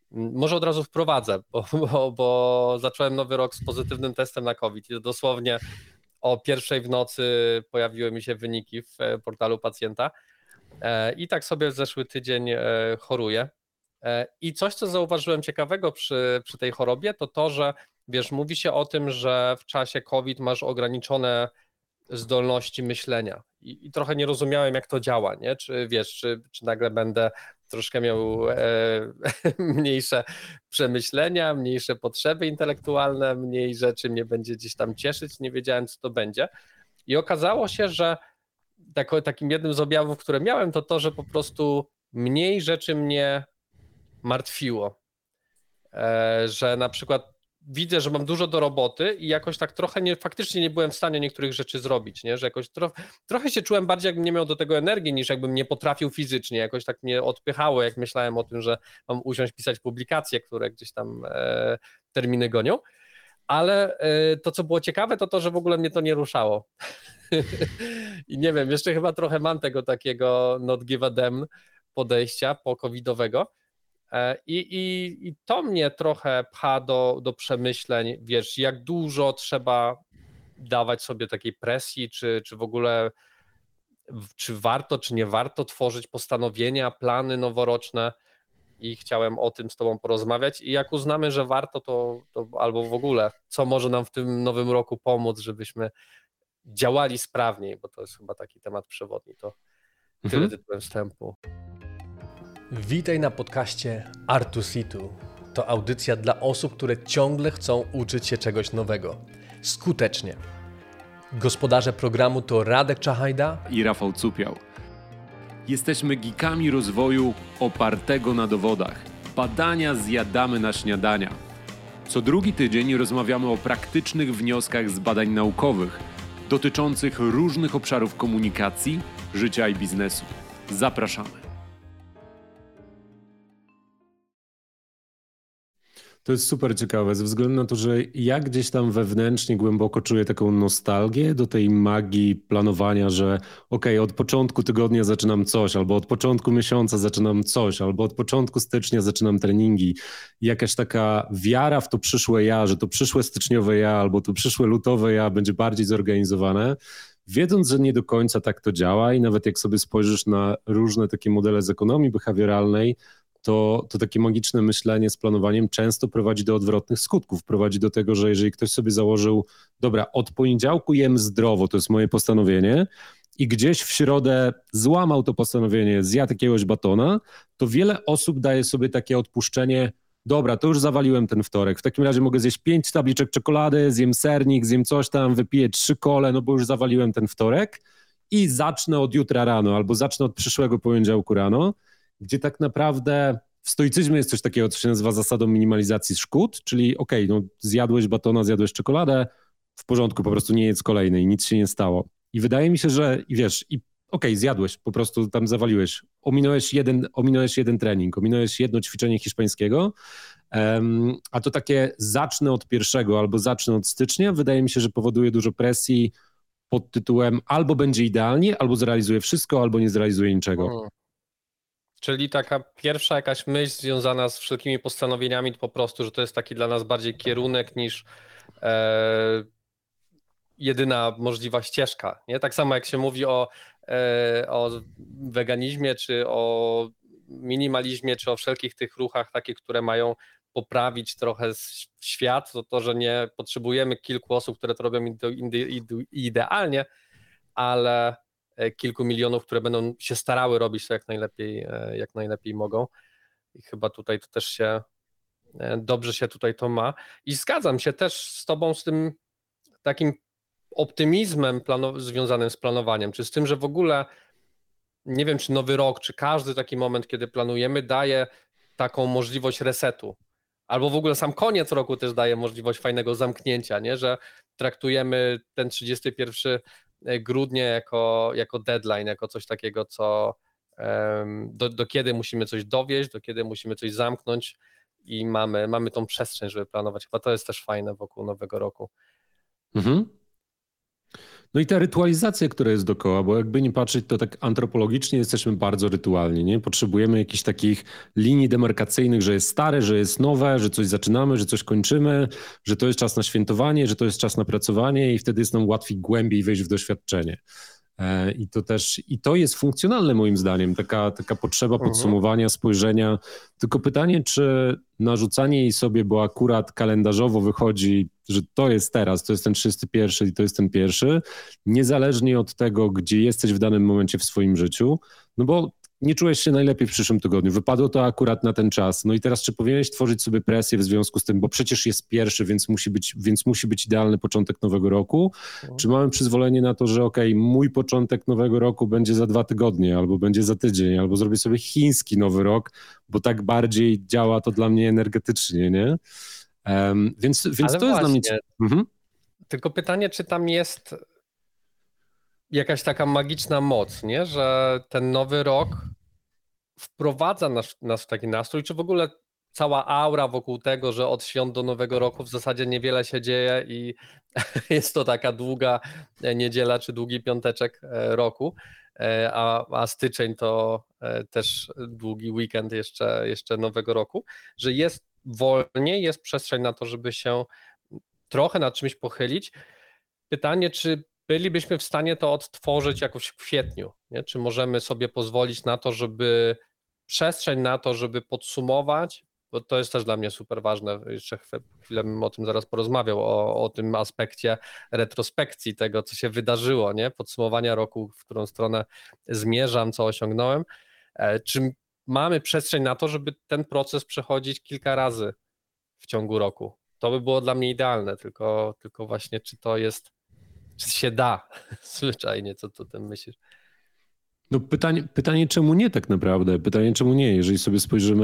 Może od razu wprowadzę, bo zacząłem nowy rok z pozytywnym testem na COVID. I dosłownie o 1:00 w nocy pojawiły mi się wyniki w portalu pacjenta i tak sobie zeszły tydzień choruję. I coś, co zauważyłem ciekawego przy tej chorobie, to, że wiesz, mówi się o tym, że w czasie COVID masz ograniczone zdolności myślenia i trochę nie rozumiałem, jak to działa, nie? Czy wiesz, czy nagle będę troszkę miał mniejsze przemyślenia, mniejsze potrzeby intelektualne, mniej rzeczy mnie będzie gdzieś tam cieszyć, nie wiedziałem, co to będzie. I okazało się, że takim jednym z objawów, które miałem, to, że po prostu mniej rzeczy mnie martwiło, że na przykład widzę, że mam dużo do roboty i jakoś tak trochę faktycznie nie byłem w stanie niektórych rzeczy zrobić, nie? Że jakoś trochę się czułem bardziej, jakbym nie miał do tego energii, niż jakbym nie potrafił fizycznie, jakoś tak mnie odpychało, jak myślałem o tym, że mam usiąść pisać publikacje, które gdzieś tam terminy gonią, ale to, co było ciekawe, to, że w ogóle mnie to nie ruszało. I nie wiem, jeszcze chyba trochę mam tego takiego not give a damn podejścia po-covidowego, i to mnie trochę pcha do przemyśleń, wiesz, jak dużo trzeba dawać sobie takiej presji, czy w ogóle, czy warto, czy nie warto tworzyć postanowienia, plany noworoczne, i chciałem o tym z tobą porozmawiać i jak uznamy, że warto, to albo w ogóle, co może nam w tym nowym roku pomóc, żebyśmy działali sprawniej, bo to jest chyba taki temat przewodni, to tyle tytułem wstępu. Witaj na podcaście Art2Situ. To audycja dla osób, które ciągle chcą uczyć się czegoś nowego. Skutecznie. Gospodarze programu to Radek Czachajda i Rafał Cupiał. Jesteśmy geekami rozwoju opartego na dowodach. Badania zjadamy na śniadania. Co drugi tydzień rozmawiamy o praktycznych wnioskach z badań naukowych dotyczących różnych obszarów komunikacji, życia i biznesu. Zapraszamy. To jest super ciekawe, ze względu na to, że ja gdzieś tam wewnętrznie głęboko czuję taką nostalgię do tej magii planowania, że od początku tygodnia zaczynam coś, albo od początku miesiąca zaczynam coś, albo od początku stycznia zaczynam treningi. I jakaś taka wiara w to przyszłe ja, że to przyszłe styczniowe ja, albo to przyszłe lutowe ja będzie bardziej zorganizowane, wiedząc, że nie do końca tak to działa i nawet jak sobie spojrzysz na różne takie modele z ekonomii behawioralnej, to takie magiczne myślenie z planowaniem często prowadzi do odwrotnych skutków. Prowadzi do tego, że jeżeli ktoś sobie założył, dobra, od poniedziałku jem zdrowo, to jest moje postanowienie, i gdzieś w środę złamał to postanowienie, zjadł jakiegoś batona, to wiele osób daje sobie takie odpuszczenie, dobra, to już zawaliłem ten wtorek, w takim razie mogę zjeść 5 tabliczek czekolady, zjem sernik, zjem coś tam, wypiję 3 kole, no bo już zawaliłem ten wtorek i zacznę od jutra rano albo zacznę od przyszłego poniedziałku rano, gdzie tak naprawdę w stoicyzmie jest coś takiego, co się nazywa zasadą minimalizacji szkód, czyli zjadłeś batona, zjadłeś czekoladę, w porządku, po prostu nie jedz kolejnej, nic się nie stało. I wydaje mi się, że zjadłeś, po prostu tam zawaliłeś, ominąłeś jeden trening, ominąłeś jedno ćwiczenie hiszpańskiego, a to takie zacznę od 1 albo zacznę od stycznia, wydaje mi się, że powoduje dużo presji pod tytułem albo będzie idealnie, albo zrealizuję wszystko, albo nie zrealizuję niczego. Czyli taka pierwsza jakaś myśl związana z wszelkimi postanowieniami, to po prostu, że to jest taki dla nas bardziej kierunek niż jedyna możliwa ścieżka. Nie? Tak samo jak się mówi o weganizmie, czy o minimalizmie, czy o wszelkich tych ruchach takich, które mają poprawić trochę świat, to że nie potrzebujemy kilku osób, które to robią idealnie, ale kilku milionów, które będą się starały robić to jak najlepiej mogą. I chyba tutaj to też się dobrze się tutaj to ma. I zgadzam się też z tobą z tym takim optymizmem związanym z planowaniem, czy z tym, że w ogóle nie wiem, czy nowy rok, czy każdy taki moment, kiedy planujemy, daje taką możliwość resetu. Albo w ogóle sam koniec roku też daje możliwość fajnego zamknięcia, nie? Że traktujemy ten 31 grudnia jako deadline, jako coś takiego, co do kiedy musimy coś dowieść, do kiedy musimy coś zamknąć i mamy tą przestrzeń, żeby planować. Chyba to jest też fajne wokół nowego roku. No i ta rytualizacja, która jest dookoła, bo jakby nie patrzeć, to tak antropologicznie jesteśmy bardzo rytualni, nie? Potrzebujemy jakichś takich linii demarkacyjnych, że jest stare, że jest nowe, że coś zaczynamy, że coś kończymy, że to jest czas na świętowanie, że to jest czas na pracowanie i wtedy jest nam łatwiej głębiej wejść w doświadczenie. I to jest funkcjonalne moim zdaniem, taka potrzeba podsumowania, spojrzenia. Tylko pytanie, czy narzucanie jej sobie, bo akurat kalendarzowo wychodzi, że to jest teraz, to jest ten 31 i to jest ten pierwszy, niezależnie od tego, gdzie jesteś w danym momencie w swoim życiu, no bo nie czułeś się najlepiej w przyszłym tygodniu, wypadło to akurat na ten czas. No i teraz czy powinieneś tworzyć sobie presję w związku z tym, bo przecież jest pierwszy, więc musi być idealny początek nowego roku? Czy mamy przyzwolenie na to, że okej, mój początek nowego roku będzie za 2 tygodnie, albo będzie za tydzień, albo zrobię sobie chiński nowy rok, bo tak bardziej działa to dla mnie energetycznie, nie? Więc ale to jest dla mnie... Tylko pytanie, czy tam jest jakaś taka magiczna moc, nie? Że ten nowy rok wprowadza nas w taki nastrój, czy w ogóle cała aura wokół tego, że od świąt do nowego roku w zasadzie niewiele się dzieje i jest to taka długa niedziela czy długi piąteczek roku, a styczeń to też długi weekend jeszcze nowego roku, że jest wolniej, jest przestrzeń na to, żeby się trochę nad czymś pochylić. Pytanie, czy bylibyśmy w stanie to odtworzyć jakoś w kwietniu, nie? Czy możemy sobie pozwolić na to, żeby przestrzeń na to, żeby podsumować, bo to jest też dla mnie super ważne, jeszcze chwilę bym o tym zaraz porozmawiał, o tym aspekcie retrospekcji tego, co się wydarzyło, nie? Podsumowania roku, w którą stronę zmierzam, co osiągnąłem. Czy mamy przestrzeń na to, żeby ten proces przechodzić kilka razy w ciągu roku? To by było dla mnie idealne, tylko właśnie czy to jest, czy się da zwyczajnie, co tu o tym myślisz? No pytanie, czemu nie tak naprawdę? Pytanie, czemu nie? Jeżeli sobie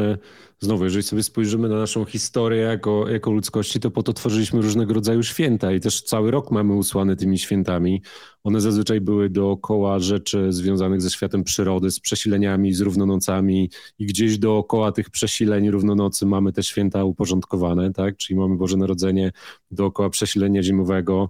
spojrzymy na naszą historię jako ludzkości, to po to tworzyliśmy różnego rodzaju święta i też cały rok mamy usłany tymi świętami. One zazwyczaj były dookoła rzeczy związanych ze światem przyrody, z przesileniami, z równonocami i gdzieś dookoła tych przesileń równonocy mamy te święta uporządkowane, tak? Czyli mamy Boże Narodzenie dookoła przesilenia zimowego.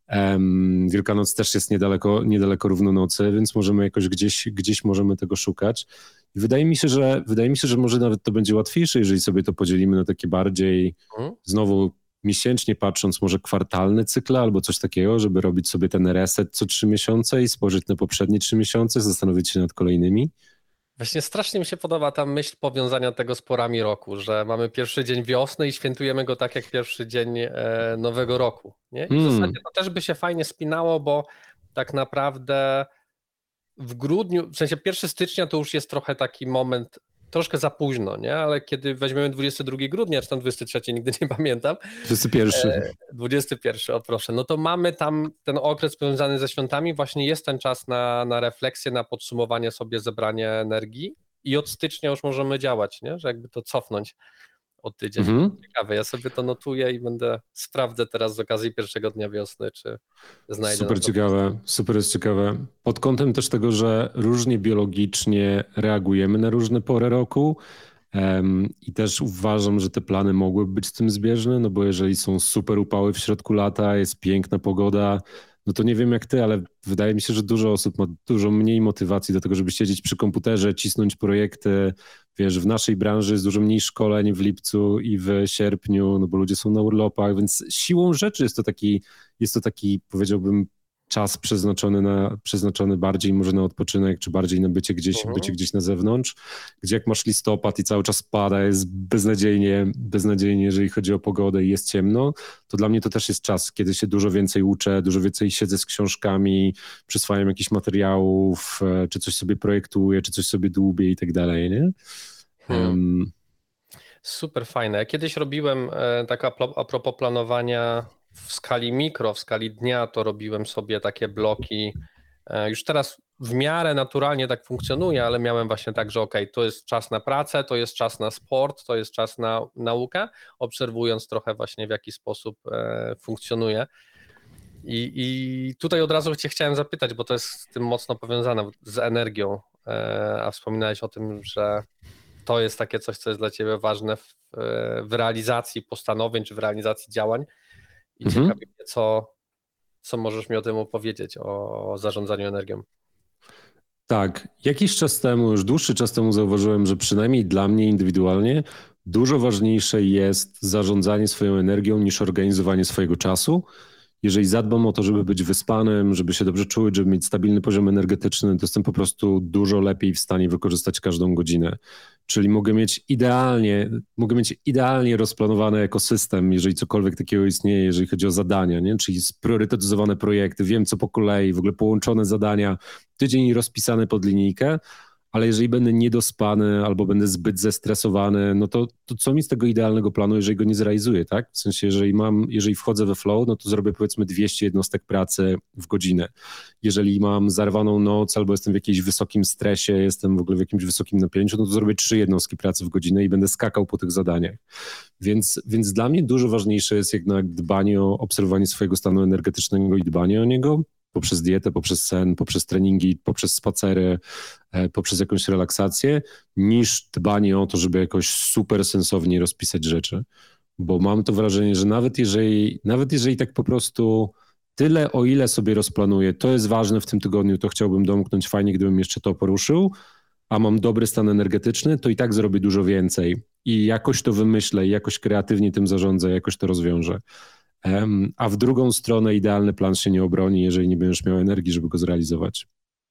Wielkanoc też jest niedaleko równonocy, więc możemy jakoś gdzieś możemy tego szukać. I wydaje mi się, że może nawet to będzie łatwiejsze, jeżeli sobie to podzielimy na takie bardziej znowu miesięcznie patrząc, może kwartalne cykle albo coś takiego, żeby robić sobie ten reset co 3 miesiące i spojrzeć na poprzednie 3 miesiące, zastanowić się nad kolejnymi. Właśnie strasznie mi się podoba ta myśl powiązania tego z porami roku, że mamy pierwszy dzień wiosny i świętujemy go tak jak pierwszy dzień nowego roku. Nie? I w zasadzie to też by się fajnie spinało, bo tak naprawdę w grudniu, w sensie 1 stycznia to już jest trochę taki moment, troszkę za późno, nie? Ale kiedy weźmiemy 22 grudnia, czy tam 23, nigdy nie pamiętam. 21, o proszę. No to mamy tam ten okres powiązany ze świątami, właśnie jest ten czas na refleksję, na podsumowanie sobie, zebranie energii i od stycznia już możemy działać, nie? Że jakby to cofnąć o tydzień. Ciekawe, ja sobie to notuję i sprawdzę teraz z okazji pierwszego dnia wiosny, czy znajdę. Super jest ciekawe. Pod kątem też tego, że różnie biologicznie reagujemy na różne pory roku i też uważam, że te plany mogłyby być z tym zbieżne, no bo jeżeli są super upały w środku lata, jest piękna pogoda, no to nie wiem jak ty, ale wydaje mi się, że dużo osób ma dużo mniej motywacji do tego, żeby siedzieć przy komputerze, cisnąć projekty. Wiesz, w naszej branży jest dużo mniej szkoleń w lipcu i w sierpniu, no bo ludzie są na urlopach, więc siłą rzeczy jest to taki powiedziałbym czas przeznaczony bardziej może na odpoczynek, czy bardziej na bycie gdzieś na zewnątrz, gdzie jak masz listopad i cały czas pada, jest beznadziejnie, jeżeli chodzi o pogodę i jest ciemno, to dla mnie to też jest czas, kiedy się dużo więcej uczę, dużo więcej siedzę z książkami, przyswajam jakichś materiałów, czy coś sobie projektuję, czy coś sobie dłubię i tak dalej, nie? Super fajne. Ja kiedyś robiłem tak a propos planowania w skali mikro, w skali dnia, to robiłem sobie takie bloki. Już teraz w miarę naturalnie tak funkcjonuje, ale miałem właśnie tak, że to jest czas na pracę, to jest czas na sport, to jest czas na naukę, obserwując trochę właśnie w jaki sposób funkcjonuje. I tutaj od razu cię chciałem zapytać, bo to jest z tym mocno powiązane z energią, a wspominałeś o tym, że to jest takie coś, co jest dla ciebie ważne w realizacji postanowień czy w realizacji działań. I ciekawi mnie, co możesz mi o tym opowiedzieć, o zarządzaniu energią? Tak, jakiś czas temu, już dłuższy czas temu zauważyłem, że przynajmniej dla mnie indywidualnie dużo ważniejsze jest zarządzanie swoją energią niż organizowanie swojego czasu. Jeżeli zadbam o to, żeby być wyspanym, żeby się dobrze czuć, żeby mieć stabilny poziom energetyczny, to jestem po prostu dużo lepiej w stanie wykorzystać każdą godzinę. Czyli mogę mieć idealnie rozplanowany ekosystem, jeżeli cokolwiek takiego istnieje, jeżeli chodzi o zadania, nie? Czyli spriorytetyzowane projekty, wiem co po kolei, w ogóle połączone zadania, tydzień rozpisany pod linijkę, ale jeżeli będę niedospany albo będę zbyt zestresowany, no to co mi z tego idealnego planu, jeżeli go nie zrealizuję, tak? W sensie, jeżeli wchodzę we flow, no to zrobię powiedzmy 200 jednostek pracy w godzinę. Jeżeli mam zarwaną noc albo jestem w jakimś wysokim stresie, jestem w ogóle w jakimś wysokim napięciu, no to zrobię 3 jednostki pracy w godzinę i będę skakał po tych zadaniach. Więc dla mnie dużo ważniejsze jest jednak dbanie o obserwowanie swojego stanu energetycznego i dbanie o niego, poprzez dietę, poprzez sen, poprzez treningi, poprzez spacery, poprzez jakąś relaksację, niż dbanie o to, żeby jakoś super sensownie rozpisać rzeczy. Bo mam to wrażenie, że nawet jeżeli tak po prostu tyle, o ile sobie rozplanuję, to jest ważne w tym tygodniu, to chciałbym domknąć, fajnie, gdybym jeszcze to poruszył, a mam dobry stan energetyczny, to i tak zrobię dużo więcej. I jakoś to wymyślę, jakoś kreatywnie tym zarządzę, jakoś to rozwiążę. A w drugą stronę idealny plan się nie obroni, jeżeli nie będziesz miał energii, żeby go zrealizować.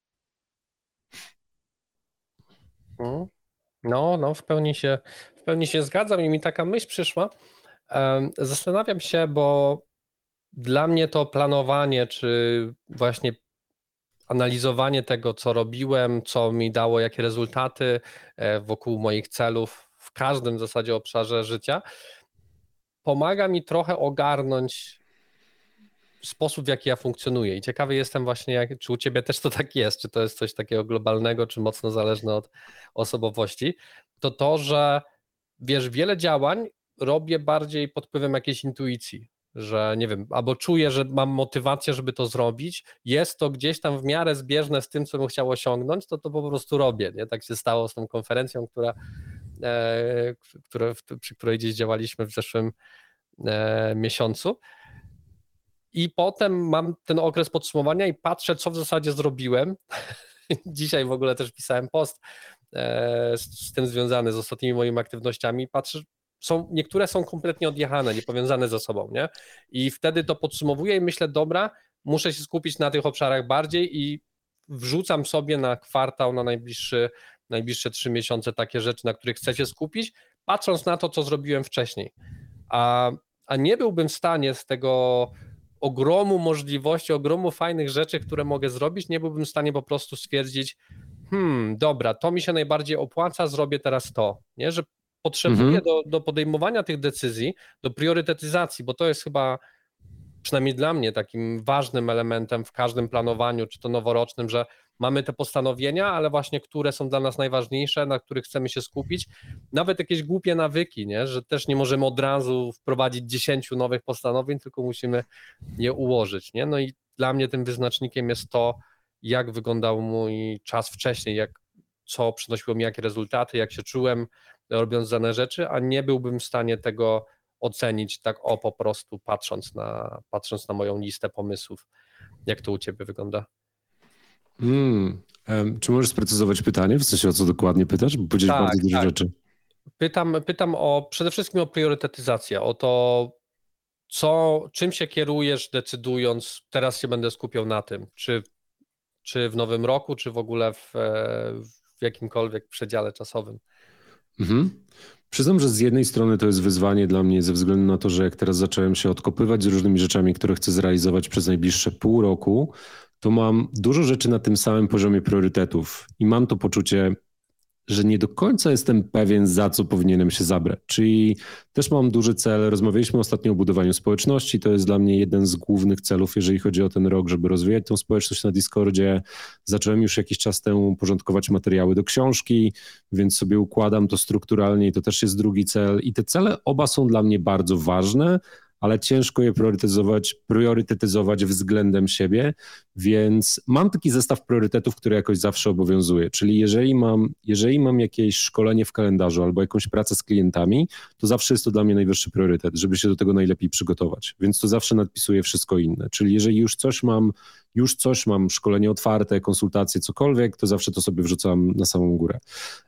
No, w pełni się zgadzam i mi taka myśl przyszła. Zastanawiam się, bo dla mnie to planowanie, czy właśnie analizowanie tego, co robiłem, co mi dało, jakie rezultaty wokół moich celów w każdym w zasadzie obszarze życia, pomaga mi trochę ogarnąć sposób, w jaki ja funkcjonuję. I ciekawy jestem właśnie, czy u ciebie też to tak jest, czy to jest coś takiego globalnego, czy mocno zależne od osobowości. To, że wiesz, wiele działań robię bardziej pod wpływem jakiejś intuicji, że nie wiem, albo czuję, że mam motywację, żeby to zrobić, jest to gdzieś tam w miarę zbieżne z tym, co bym chciał osiągnąć, to po prostu robię. Nie? Tak się stało z tą konferencją, przy której gdzieś działaliśmy w zeszłym miesiącu. I potem mam ten okres podsumowania i patrzę, co w zasadzie zrobiłem. Dzisiaj w ogóle też pisałem post z tym związany, z ostatnimi moimi aktywnościami. Patrzę, niektóre są kompletnie odjechane, niepowiązane ze sobą, nie? I wtedy to podsumowuję i myślę, dobra, muszę się skupić na tych obszarach bardziej i wrzucam sobie na kwartał, na najbliższe 3 miesiące takie rzeczy, na których chcę się skupić, patrząc na to, co zrobiłem wcześniej. A nie byłbym w stanie z tego ogromu możliwości, ogromu fajnych rzeczy, które mogę zrobić, nie byłbym w stanie po prostu stwierdzić, dobra, to mi się najbardziej opłaca, zrobię teraz to, nie? Że potrzebuję do podejmowania tych decyzji, do priorytetyzacji, bo to jest chyba przynajmniej dla mnie takim ważnym elementem w każdym planowaniu, czy to noworocznym, że mamy te postanowienia, ale właśnie które są dla nas najważniejsze, na których chcemy się skupić. Nawet jakieś głupie nawyki, nie? Że też nie możemy od razu wprowadzić 10 nowych postanowień, tylko musimy je ułożyć. Nie? No i dla mnie tym wyznacznikiem jest to, jak wyglądał mój czas wcześniej, co przynosiło mi jakie rezultaty, jak się czułem robiąc dane rzeczy, a nie byłbym w stanie tego ocenić tak po prostu patrząc na moją listę pomysłów. Jak to u ciebie wygląda? Czy możesz sprecyzować pytanie? W sensie o co dokładnie pytasz? Bo powiedziałeś bardzo dużo rzeczy. Pytam przede wszystkim o priorytetyzację, o to, czym się kierujesz, decydując, teraz się będę skupiał na tym, czy w nowym roku, czy w ogóle w jakimkolwiek przedziale czasowym. Przyznam, że z jednej strony to jest wyzwanie dla mnie ze względu na to, że jak teraz zacząłem się odkopywać z różnymi rzeczami, które chcę zrealizować przez najbliższe pół roku, to mam dużo rzeczy na tym samym poziomie priorytetów i mam to poczucie, że nie do końca jestem pewien, za co powinienem się zabrać. Czyli też mam duży cel. Rozmawialiśmy ostatnio o budowaniu społeczności. To jest dla mnie jeden z głównych celów, jeżeli chodzi o ten rok, żeby rozwijać tą społeczność na Discordzie. Zacząłem już jakiś czas temu porządkować materiały do książki, więc sobie układam to strukturalnie i to też jest drugi cel. I te cele oba są dla mnie bardzo ważne, ale ciężko je priorytetyzować względem siebie, więc mam taki zestaw priorytetów, który jakoś zawsze obowiązuje, czyli jeżeli mam jakieś szkolenie w kalendarzu albo jakąś pracę z klientami, to zawsze jest to dla mnie najwyższy priorytet, żeby się do tego najlepiej przygotować, więc to zawsze nadpisuję wszystko inne, czyli jeżeli już coś mam, szkolenie otwarte, konsultacje, cokolwiek, to zawsze to sobie wrzucam na samą górę.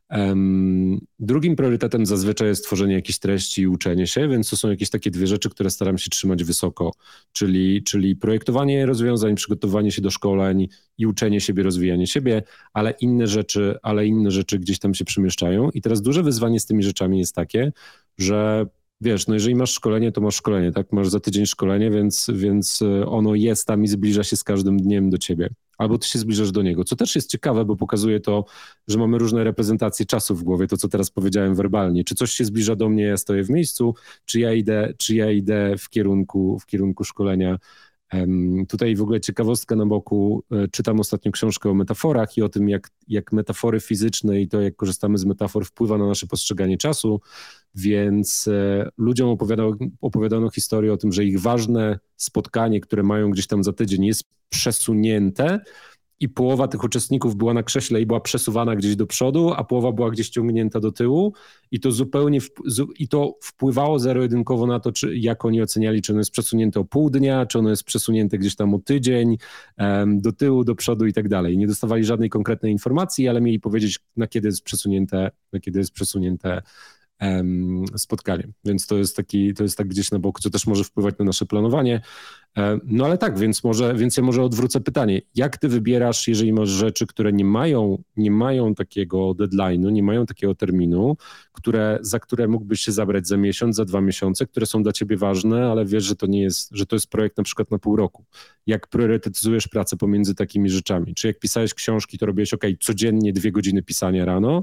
Drugim priorytetem zazwyczaj jest tworzenie jakichś treści i uczenie się, więc to są jakieś takie dwie rzeczy, które staram się trzymać wysoko, czyli projektowanie rozwiązań, przygotowanie się do szkoleń i uczenie siebie, rozwijanie siebie, ale inne rzeczy gdzieś tam się przemieszczają. I teraz duże wyzwanie z tymi rzeczami jest takie, że wiesz, no jeżeli masz szkolenie, to masz szkolenie, tak? Masz za tydzień szkolenie, więc ono jest tam i zbliża się z każdym dniem do ciebie. Albo ty się zbliżasz do niego, co też jest ciekawe, bo pokazuje to, że mamy różne reprezentacje czasu w głowie, to co teraz powiedziałem werbalnie. Czy coś się zbliża do mnie, ja stoję w miejscu, czy ja idę w kierunku szkolenia. Tutaj w ogóle ciekawostka na boku, czytam ostatnio książkę o metaforach i o tym, jak metafory fizyczne i to, jak korzystamy z metafor, wpływa na nasze postrzeganie czasu, więc ludziom opowiadano historię o tym, że ich ważne spotkanie, które mają gdzieś tam za tydzień, jest przesunięte i połowa tych uczestników była na krześle i była przesuwana gdzieś do przodu, a połowa była gdzieś ciągnięta do tyłu i to to wpływało zero-jedynkowo na to, jak oni oceniali, czy ono jest przesunięte o pół dnia, czy ono jest przesunięte gdzieś tam o tydzień, do tyłu, do przodu i tak dalej. Nie dostawali żadnej konkretnej informacji, ale mieli powiedzieć, na kiedy jest przesunięte spotkanie. Więc to jest tak gdzieś na boku, co też może wpływać na nasze planowanie. No ale tak, więc ja może odwrócę pytanie. Jak ty wybierasz, jeżeli masz rzeczy, które nie mają takiego deadline'u, nie mają takiego terminu, za które mógłbyś się zabrać za miesiąc, za 2 miesiące, które są dla ciebie ważne, ale wiesz, że to jest projekt na przykład na pół roku. Jak priorytetyzujesz pracę pomiędzy takimi rzeczami? Czy jak pisałeś książki, to robiłeś codziennie 2 godziny pisania rano,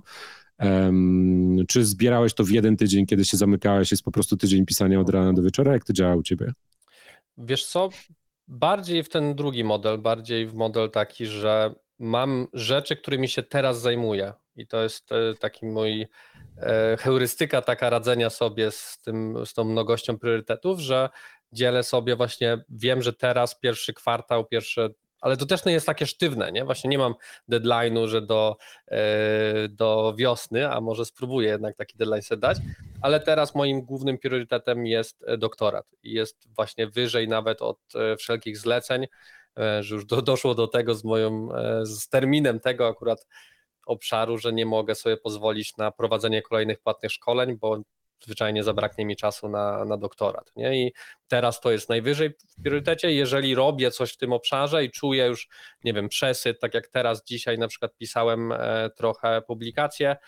czy zbierałeś to w jeden tydzień, kiedy się zamykałeś, jest po prostu tydzień pisania od rana do wieczora? Jak to działa u ciebie? Wiesz co, bardziej w ten drugi model, bardziej w model taki, że mam rzeczy, którymi się teraz zajmuję i to jest taki mój heurystyka taka radzenia sobie z tą mnogością priorytetów, że dzielę sobie właśnie, wiem, że teraz pierwszy kwartał, ale to też nie jest takie sztywne, nie? Właśnie nie mam deadline'u, że do wiosny, a może spróbuję jednak taki deadline sobie dać, ale teraz moim głównym priorytetem jest doktorat i jest właśnie wyżej nawet od wszelkich zleceń, że już doszło do tego z terminem tego akurat obszaru, że nie mogę sobie pozwolić na prowadzenie kolejnych płatnych szkoleń, bo zwyczajnie zabraknie mi czasu na doktorat, nie? I teraz to jest najwyżej w priorytecie. Jeżeli robię coś w tym obszarze i czuję już, nie wiem, przesyt, tak jak teraz, dzisiaj na przykład pisałem trochę publikacje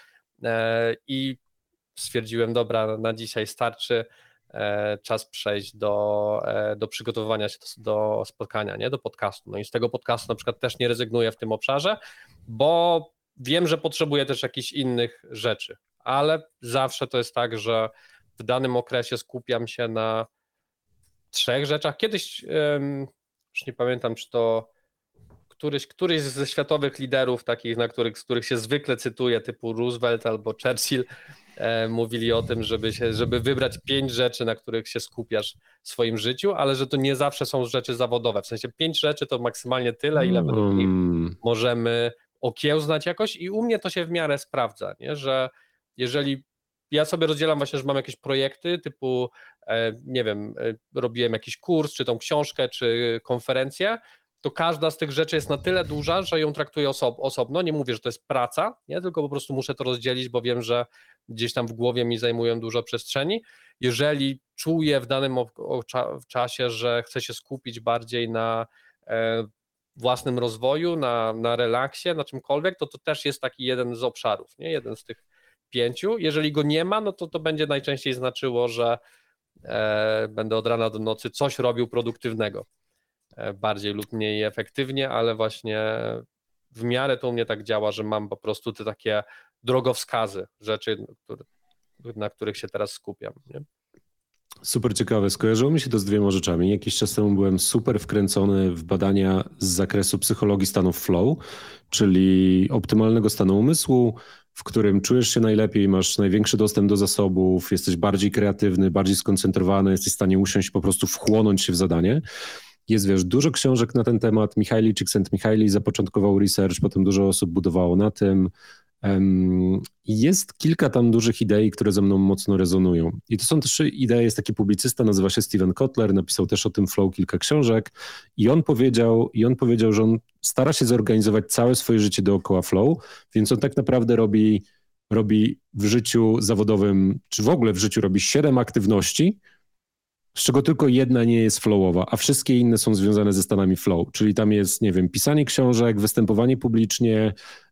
i stwierdziłem, dobra, na dzisiaj starczy, czas przejść do przygotowywania się do spotkania, nie? Do podcastu. No i z tego podcastu na przykład też nie rezygnuję w tym obszarze, bo wiem, że potrzebuję też jakichś innych rzeczy, ale zawsze to jest tak, że w danym okresie skupiam się na 3 rzeczach. Kiedyś, już nie pamiętam, czy to któryś ze światowych liderów takich, z których się zwykle cytuje, typu Roosevelt albo Churchill, mówili o tym, żeby wybrać 5 rzeczy, na których się skupiasz w swoim życiu, ale że to nie zawsze są rzeczy zawodowe. W sensie 5 rzeczy to maksymalnie tyle, ile według nich możemy okiełznać jakoś i u mnie to się w miarę sprawdza, nie? Że jeżeli ja sobie rozdzielam właśnie, że mam jakieś projekty typu, nie wiem, robiłem jakiś kurs, czy tą książkę, czy konferencję, to każda z tych rzeczy jest na tyle duża, że ją traktuję osobno. Nie mówię, że to jest praca, nie? Tylko po prostu muszę to rozdzielić, bo wiem, że gdzieś tam w głowie mi zajmują dużo przestrzeni. Jeżeli czuję w danym czasie, że chcę się skupić bardziej na własnym rozwoju, na relaksie, na czymkolwiek, to też jest taki jeden z obszarów, nie? Jeden z tych 5. Jeżeli go nie ma, no to będzie najczęściej znaczyło, że będę od rana do nocy coś robił produktywnego. Bardziej lub mniej efektywnie, ale właśnie w miarę to u mnie tak działa, że mam po prostu te takie drogowskazy, rzeczy, na których się teraz skupiam, nie? Super ciekawe. Skojarzyło mi się to z 2 rzeczami. Jakiś czas temu byłem super wkręcony w badania z zakresu psychologii stanów flow, czyli optymalnego stanu umysłu, w którym czujesz się najlepiej, masz największy dostęp do zasobów, jesteś bardziej kreatywny, bardziej skoncentrowany, jesteś w stanie usiąść, po prostu wchłonąć się w zadanie. Jest, wiesz, dużo książek na ten temat. Mihaly Csikszentmihalyi zapoczątkował research, potem dużo osób budowało na tym. Jest kilka tam dużych idei, które ze mną mocno rezonują. I to są też idee, jest taki publicysta, nazywa się Steven Kotler, napisał też o tym flow kilka książek i on powiedział, że on stara się zorganizować całe swoje życie dookoła flow, więc on tak naprawdę robi w życiu zawodowym, czy w ogóle w życiu robi 7 aktywności, z czego tylko jedna nie jest flowowa, a wszystkie inne są związane ze stanami flow, czyli tam jest, nie wiem, pisanie książek, występowanie publicznie,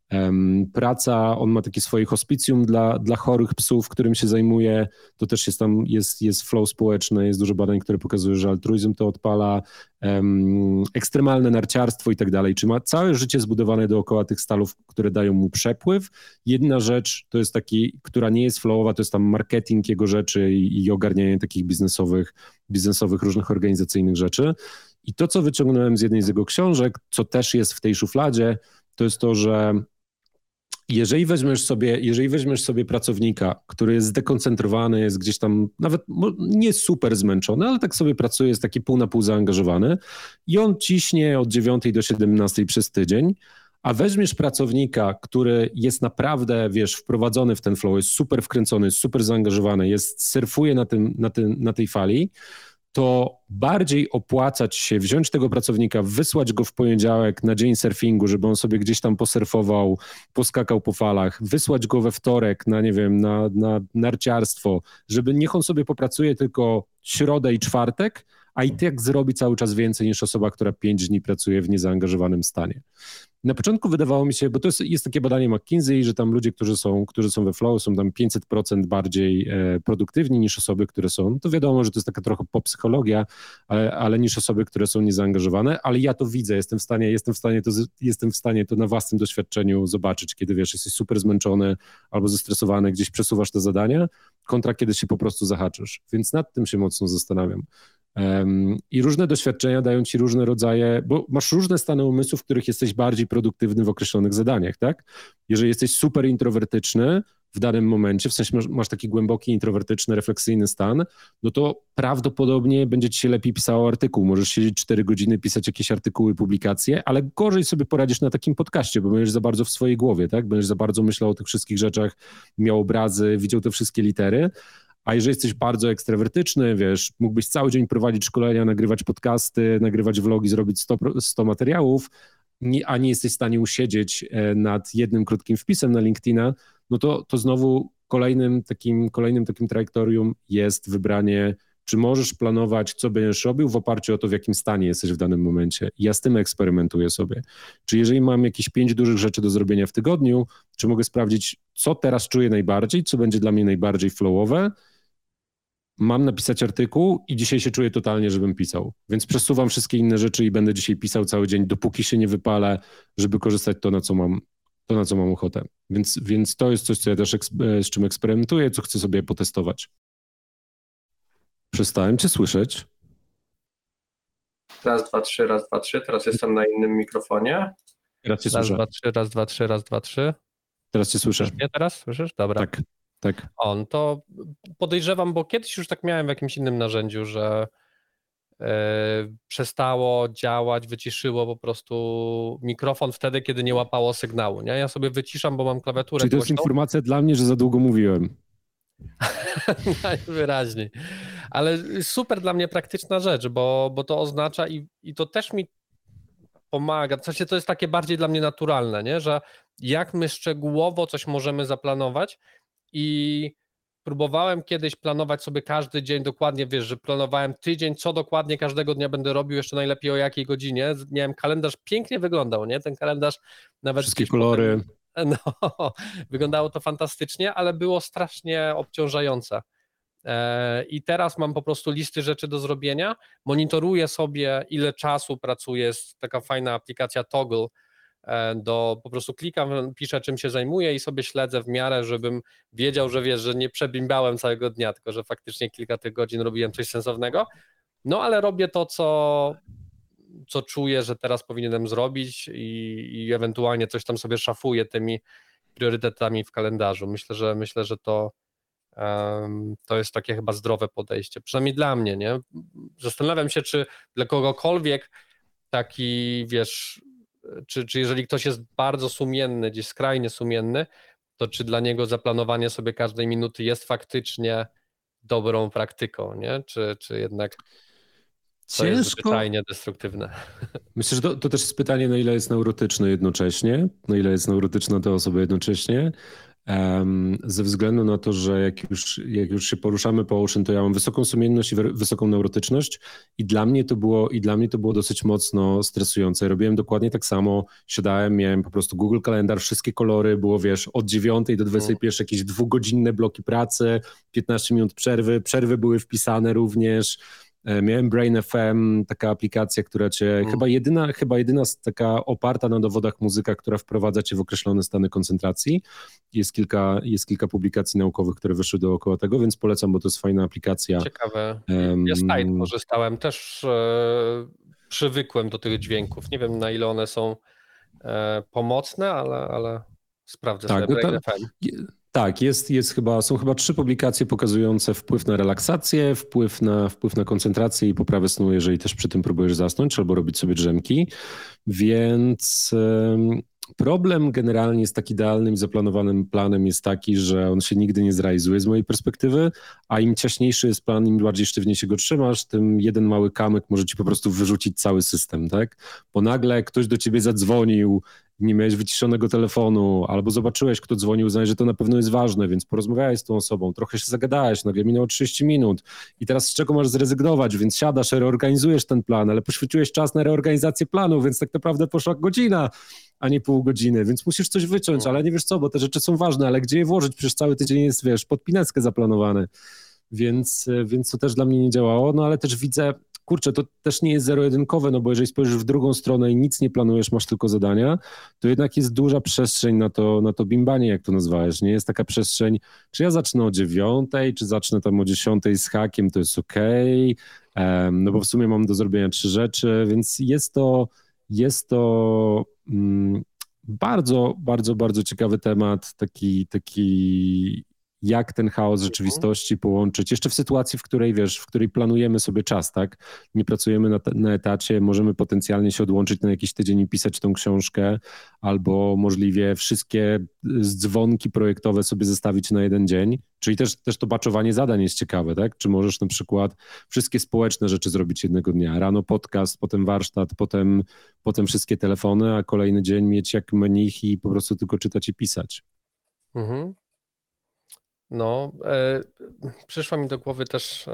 praca, on ma takie swoje hospicjum dla chorych psów, którym się zajmuje, to też jest tam, jest flow społeczny, jest dużo badań, które pokazują, że altruizm to odpala, ekstremalne narciarstwo i tak dalej, czy ma całe życie zbudowane dookoła tych stalów, które dają mu przepływ. Jedna rzecz to jest taki, która nie jest flowowa, to jest tam marketing jego rzeczy i ogarnianie takich biznesowych różnych organizacyjnych rzeczy. I to, co wyciągnąłem z jednej z jego książek, co też jest w tej szufladzie, to jest to, że jeżeli weźmiesz sobie pracownika, który jest zdekoncentrowany, jest gdzieś tam nawet nie super zmęczony, ale tak sobie pracuje, jest taki pół na pół zaangażowany i on ciśnie od 9 do 17 przez tydzień, a weźmiesz pracownika, który jest naprawdę, wiesz, wprowadzony w ten flow, jest super wkręcony, jest super zaangażowany, surfuje na tej fali, to bardziej opłaca ci się wziąć tego pracownika, wysłać go w poniedziałek na dzień surfingu, żeby on sobie gdzieś tam posurfował, poskakał po falach, wysłać go we wtorek na, nie wiem, na narciarstwo, żeby niech on sobie popracuje tylko środę i czwartek, a i tak zrobi cały czas więcej niż osoba, która 5 dni pracuje w niezaangażowanym stanie. Na początku wydawało mi się, bo to jest takie badanie McKinsey, że tam ludzie, którzy są we flow, są tam 500% bardziej produktywni niż osoby, które są, to wiadomo, że to jest taka trochę popsychologia, ale niż osoby, które są niezaangażowane, ale ja to widzę, jestem w stanie to na własnym doświadczeniu zobaczyć, kiedy wiesz, jesteś super zmęczony albo zestresowany, gdzieś przesuwasz te zadania, kontra kiedy się po prostu zahaczysz, więc nad tym się mocno zastanawiam. I różne doświadczenia dają ci różne rodzaje, bo masz różne stany umysłu, w których jesteś bardziej produktywny w określonych zadaniach, tak? Jeżeli jesteś super introwertyczny w danym momencie, w sensie masz taki głęboki, introwertyczny, refleksyjny stan, no to prawdopodobnie będzie ci się lepiej pisało artykuł. Możesz siedzieć 4 godziny, pisać jakieś artykuły, publikacje, ale gorzej sobie poradzisz na takim podcaście, bo będziesz za bardzo w swojej głowie, tak? Będziesz za bardzo myślał o tych wszystkich rzeczach, miał obrazy, widział te wszystkie litery. A jeżeli jesteś bardzo ekstrawertyczny, wiesz, mógłbyś cały dzień prowadzić szkolenia, nagrywać podcasty, nagrywać vlogi, zrobić 100 materiałów, a nie jesteś w stanie usiedzieć nad jednym krótkim wpisem na LinkedIna, no to znowu kolejnym takim trajektorium jest wybranie, czy możesz planować, co będziesz robił w oparciu o to, w jakim stanie jesteś w danym momencie. I ja z tym eksperymentuję sobie. Czy jeżeli mam jakieś 5 dużych rzeczy do zrobienia w tygodniu, czy mogę sprawdzić, co teraz czuję najbardziej, co będzie dla mnie najbardziej flowowe, mam napisać artykuł i dzisiaj się czuję totalnie, żebym pisał. Więc przesuwam wszystkie inne rzeczy i będę dzisiaj pisał cały dzień, dopóki się nie wypalę, żeby korzystać to, na co mam ochotę. Więc to jest coś, co ja też z czym eksperymentuję, co chcę sobie potestować. Przestałem cię słyszeć. Raz, dwa, trzy, raz, dwa, trzy. Teraz jestem na innym mikrofonie. Teraz cię raz, słyszę. dwa, trzy, raz, dwa, trzy, raz, dwa, trzy. Teraz cię słyszę. Słyszysz mnie teraz? Słyszysz? Dobra. Tak. To podejrzewam, bo kiedyś już tak miałem w jakimś innym narzędziu, że przestało działać, wyciszyło po prostu mikrofon wtedy, kiedy nie łapało sygnału. Nie? Ja sobie wyciszam, bo mam klawiaturę Czyli to jest informacja dla mnie, że za długo mówiłem. Najwyraźniej. Ale super dla mnie praktyczna rzecz, bo to oznacza i to też mi pomaga. W sensie to jest takie bardziej dla mnie naturalne, nie? Że jak my szczegółowo coś możemy zaplanować i próbowałem kiedyś planować sobie każdy dzień dokładnie, wiesz, że planowałem tydzień, co dokładnie każdego dnia będę robił, jeszcze najlepiej o jakiej godzinie. Miałem kalendarz, pięknie wyglądał, nie? Ten kalendarz nawet... Wszystkie kolory. No, wyglądało to fantastycznie, ale było strasznie obciążające. I teraz mam po prostu listy rzeczy do zrobienia, monitoruję sobie, ile czasu pracuję, jest taka fajna aplikacja Toggle, po prostu klikam, piszę, czym się zajmuję i sobie śledzę w miarę, żebym wiedział, że wiesz, że nie przebimbałem całego dnia, tylko że faktycznie kilka tych godzin robiłem coś sensownego, no ale robię to, co czuję, że teraz powinienem zrobić i ewentualnie coś tam sobie szafuję tymi priorytetami w kalendarzu. Myślę, że to jest takie chyba zdrowe podejście, przynajmniej dla mnie, nie? Zastanawiam się, czy dla kogokolwiek taki, wiesz, czy jeżeli ktoś jest bardzo sumienny, gdzieś skrajnie sumienny, to czy dla niego zaplanowanie sobie każdej minuty jest faktycznie dobrą praktyką, nie? Czy jednak to jest zwyczajnie destruktywne? Myślę, że to też jest pytanie, na ile jest neurotyczny jednocześnie, na ile jest neurotyczna ta osoba jednocześnie, ze względu na to, że jak już się poruszamy po Ocean, to ja mam wysoką sumienność i wysoką neurotyczność i dla mnie to było dosyć mocno stresujące. Robiłem dokładnie tak samo, siadałem, miałem po prostu Google Kalendar, wszystkie kolory, było wiesz, od 9 do 21 jakieś 2-godzinne bloki pracy, 15 minut przerwy były wpisane również. Miałem Brain FM, taka aplikacja, która cię, chyba jedyna taka oparta na dowodach muzyka, która wprowadza cię w określone stany koncentracji. Jest kilka publikacji naukowych, które wyszły dookoła tego, więc polecam, bo to jest fajna aplikacja. Ciekawe. Ja z Tide korzystałem, też przywykłem do tych dźwięków. Nie wiem, na ile one są pomocne, ale sprawdzę sobie Brain FM. Tak, są chyba 3 publikacje pokazujące wpływ na relaksację, wpływ na koncentrację i poprawę snu, jeżeli też przy tym próbujesz zasnąć albo robić sobie drzemki, więc problem generalnie z tak idealnym i zaplanowanym planem jest taki, że on się nigdy nie zrealizuje z mojej perspektywy, a im ciaśniejszy jest plan, im bardziej sztywnie się go trzymasz, tym jeden mały kamyk może ci po prostu wyrzucić cały system, tak? Bo nagle ktoś do ciebie zadzwonił, nie miałeś wyciszonego telefonu, albo zobaczyłeś, kto dzwonił, uznałeś, że to na pewno jest ważne, więc porozmawiałeś z tą osobą, trochę się zagadałeś, nagle minęło 30 minut i teraz z czego masz zrezygnować, więc siadasz, reorganizujesz ten plan, ale poświęciłeś czas na reorganizację planu, więc tak naprawdę poszła godzina, a nie pół godziny, więc musisz coś wyciąć, ale nie wiesz co, bo te rzeczy są ważne, ale gdzie je włożyć, przecież cały tydzień jest, wiesz, pod pineckę zaplanowany, więc to też dla mnie nie działało, no ale też widzę, kurczę, to też nie jest zero-jedynkowe, no bo jeżeli spojrzysz w drugą stronę i nic nie planujesz, masz tylko zadania, to jednak jest duża przestrzeń na to bimbanie, jak to nazwałeś, nie? Jest taka przestrzeń, czy ja zacznę o 9, czy zacznę tam o 10 z hakiem, to jest okej, no bo w sumie mam do zrobienia 3 rzeczy, więc jest to bardzo, bardzo, bardzo ciekawy temat, taki jak ten chaos rzeczywistości połączyć, jeszcze w sytuacji, w której planujemy sobie czas, tak? Nie pracujemy na etacie, możemy potencjalnie się odłączyć na jakiś tydzień i pisać tą książkę, albo możliwie wszystkie dzwonki projektowe sobie zestawić na jeden dzień, czyli też to baczowanie zadań jest ciekawe, tak? Czy możesz na przykład wszystkie społeczne rzeczy zrobić jednego dnia, rano podcast, potem warsztat, potem wszystkie telefony, a kolejny dzień mieć jak mnich i po prostu tylko czytać i pisać. Mhm. No, przyszła mi do głowy też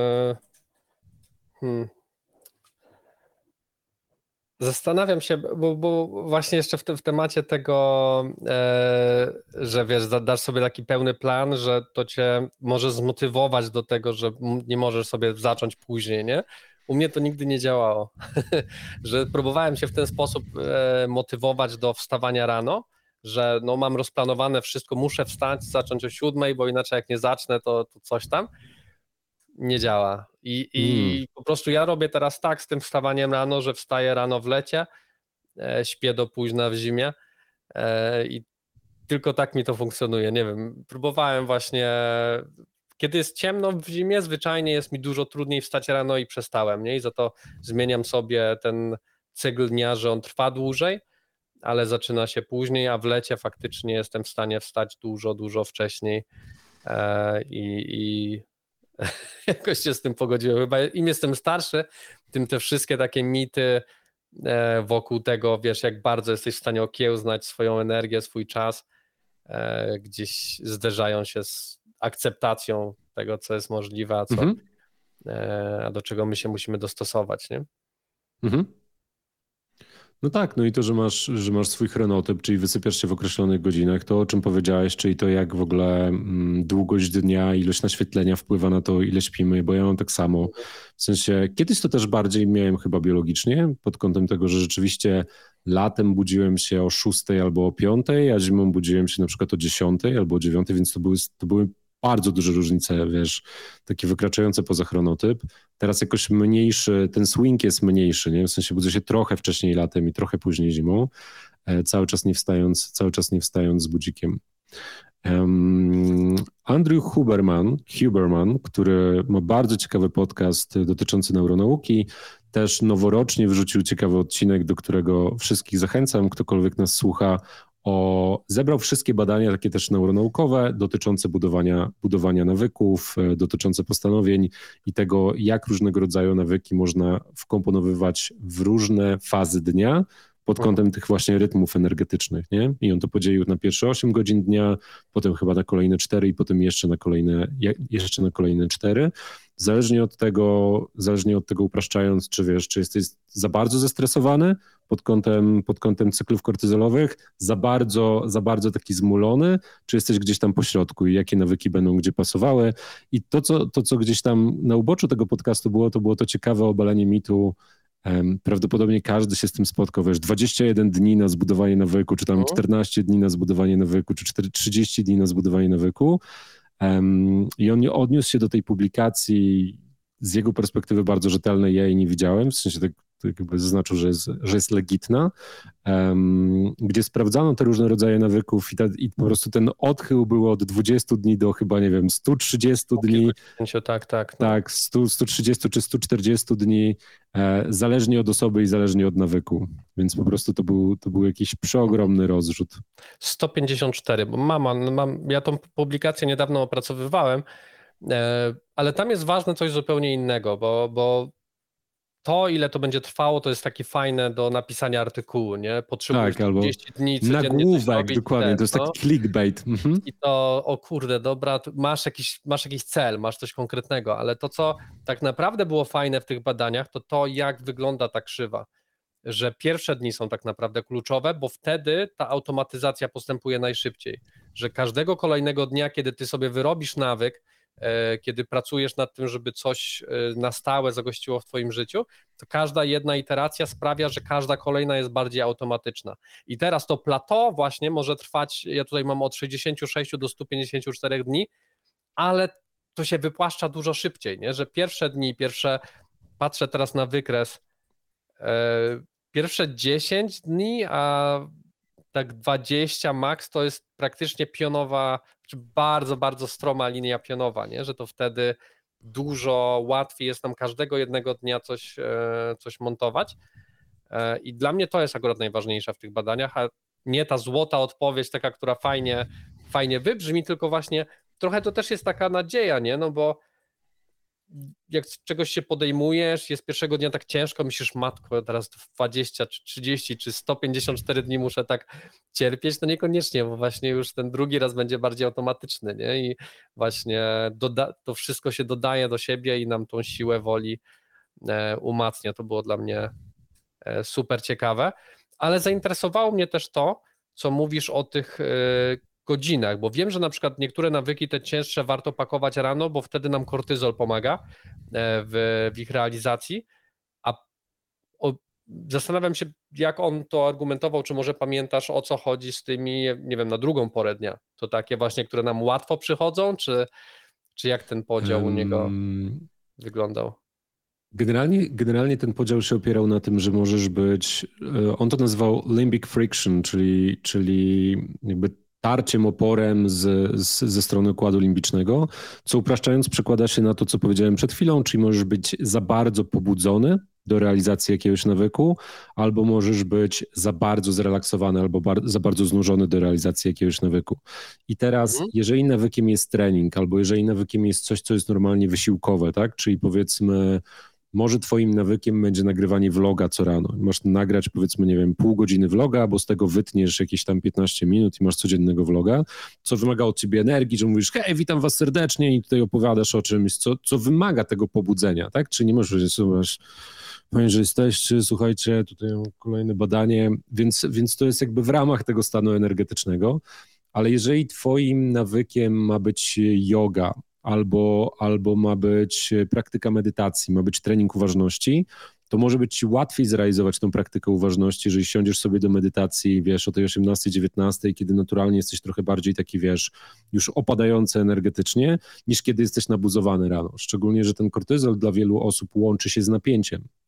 zastanawiam się, bo właśnie jeszcze w temacie tego, że wiesz, dasz sobie taki pełny plan, że to cię może zmotywować do tego, że nie możesz sobie zacząć później, nie? U mnie to nigdy nie działało, że próbowałem się w ten sposób motywować do wstawania rano, że no mam rozplanowane wszystko, muszę wstać, zacząć o 7, bo inaczej jak nie zacznę, to coś tam nie działa. I po prostu ja robię teraz tak z tym wstawaniem rano, że wstaję rano w lecie, śpię do późna w zimie i tylko tak mi to funkcjonuje. Nie wiem, próbowałem właśnie, kiedy jest ciemno w zimie, zwyczajnie jest mi dużo trudniej wstać rano i przestałem, nie? I za to zmieniam sobie ten cykl dnia, że on trwa dłużej, ale zaczyna się później, a w lecie faktycznie jestem w stanie wstać dużo wcześniej i jakoś się z tym pogodziłem. Chyba im jestem starszy, tym te wszystkie takie mity wokół tego, wiesz, jak bardzo jesteś w stanie okiełznać swoją energię, swój czas, gdzieś zderzają się z akceptacją tego, co jest możliwe, a do czego my się musimy dostosować, nie? No tak, no i to, że masz swój chronotyp, czyli wysypiasz się w określonych godzinach, to o czym powiedziałeś, czyli to jak w ogóle długość dnia, ilość naświetlenia wpływa na to, ile śpimy, bo ja mam tak samo. W sensie kiedyś to też bardziej miałem chyba biologicznie, pod kątem tego, że rzeczywiście latem budziłem się o 6 albo o 5, a zimą budziłem się na przykład o 10 albo o 9, więc to były bardzo duże różnice, wiesz, takie wykraczające poza chronotyp. Teraz jakoś mniejszy, ten swing jest mniejszy, nie? W sensie budzę się trochę wcześniej latem i trochę później zimą, cały czas nie wstając z budzikiem. Andrew Huberman, który ma bardzo ciekawy podcast dotyczący neuronauki, też noworocznie wrzucił ciekawy odcinek, do którego wszystkich zachęcam, ktokolwiek nas słucha, zebrał wszystkie badania, takie też neuronaukowe, dotyczące budowania nawyków, dotyczące postanowień i tego, jak różnego rodzaju nawyki można wkomponowywać w różne fazy dnia pod kątem tych właśnie rytmów energetycznych, nie? I on to podzielił na pierwsze 8 godzin dnia, potem chyba na kolejne 4 i potem jeszcze na kolejne 4. Zależnie od tego upraszczając, czy jesteś za bardzo zestresowany pod kątem cyklów kortyzolowych, za bardzo taki zmulony, czy jesteś gdzieś tam po środku i jakie nawyki będą gdzie pasowały. I to, co gdzieś tam na uboczu tego podcastu było to ciekawe obalenie mitu. Prawdopodobnie każdy się z tym spotkał, 21 dni na zbudowanie nawyku, czy tam 14 dni na zbudowanie nawyku, czy 30 dni na zbudowanie nawyku. I on odniósł się do tej publikacji z jego perspektywy bardzo rzetelnej, ja jej nie widziałem, w sensie tak jakby zaznaczył, że jest legitna, gdzie sprawdzano te różne rodzaje nawyków i po prostu ten odchył był od 20 dni do chyba, 130 dni. Tak, 130 czy 140 dni, zależnie od osoby i zależnie od nawyku. Więc po prostu to był jakiś przeogromny rozrzut. 154, bo ja tą publikację niedawno opracowywałem, ale tam jest ważne coś zupełnie innego, bo to, ile to będzie trwało, to jest takie fajne do napisania artykułu, nie? Potrzebujesz 30 dni codziennie. Nagłówek, dokładnie, to jest taki clickbait. I to, o kurde, dobra, masz jakiś cel, masz coś konkretnego, ale to, co tak naprawdę było fajne w tych badaniach, to jak wygląda ta krzywa, że pierwsze dni są tak naprawdę kluczowe, bo wtedy ta automatyzacja postępuje najszybciej, że każdego kolejnego dnia, kiedy ty sobie wyrobisz nawyk, kiedy pracujesz nad tym, żeby coś na stałe zagościło w twoim życiu, to każda jedna iteracja sprawia, że każda kolejna jest bardziej automatyczna. I teraz to plateau właśnie może trwać, ja tutaj mam od 66 do 154 dni, ale to się wypłaszcza dużo szybciej, nie? Że pierwsze dni, patrzę teraz na wykres, pierwsze 10 dni, a tak 20 max to jest praktycznie pionowa, czy bardzo, bardzo stroma linia pionowa, nie? Że to wtedy dużo łatwiej jest nam każdego jednego dnia coś montować i dla mnie to jest akurat najważniejsze w tych badaniach, a nie ta złota odpowiedź taka, która fajnie wybrzmi, tylko właśnie trochę to też jest taka nadzieja, nie? No bo jak z czegoś się podejmujesz, jest pierwszego dnia tak ciężko, myślisz, matko, teraz 20, czy 30, czy 154 dni muszę tak cierpieć, to niekoniecznie, bo właśnie już ten drugi raz będzie bardziej automatyczny, nie? I właśnie to wszystko się dodaje do siebie i nam tą siłę woli umacnia. To było dla mnie super ciekawe, ale zainteresowało mnie też to, co mówisz o tych godzinach, bo wiem, że na przykład niektóre nawyki te cięższe warto pakować rano, bo wtedy nam kortyzol pomaga w ich realizacji, a zastanawiam się, jak on to argumentował, czy może pamiętasz, o co chodzi z tymi, nie wiem, na drugą porę dnia, to takie właśnie, które nam łatwo przychodzą, czy jak ten podział u niego wyglądał? Generalnie ten podział się opierał na tym, że możesz być, on to nazywał limbic friction, czyli jakby tarciem, oporem ze strony układu limbicznego, co upraszczając przekłada się na to, co powiedziałem przed chwilą, czyli możesz być za bardzo pobudzony do realizacji jakiegoś nawyku, albo możesz być za bardzo zrelaksowany, albo za bardzo znużony do realizacji jakiegoś nawyku. I teraz, jeżeli nawykiem jest trening, albo jeżeli nawykiem jest coś, co jest normalnie wysiłkowe, tak, czyli powiedzmy, może twoim nawykiem będzie nagrywanie vloga co rano. Masz nagrać, powiedzmy, nie wiem, pół godziny vloga, bo z tego wytniesz jakieś tam 15 minut i masz codziennego vloga, co wymaga od ciebie energii, że mówisz, hej, witam was serdecznie i tutaj opowiadasz o czymś, co wymaga tego pobudzenia, tak? Czy nie możesz powiedzieć, fajnie, że jesteście, słuchajcie, tutaj mam kolejne badanie, więc to jest jakby w ramach tego stanu energetycznego, ale jeżeli twoim nawykiem ma być yoga, albo ma być praktyka medytacji, ma być trening uważności, to może być ci łatwiej zrealizować tą praktykę uważności, jeżeli siądziesz sobie do medytacji, wiesz, o tej 18-19, kiedy naturalnie jesteś trochę bardziej taki, wiesz, już opadający energetycznie, niż kiedy jesteś nabuzowany rano. Szczególnie, że ten kortyzol dla wielu osób łączy się z napięciem.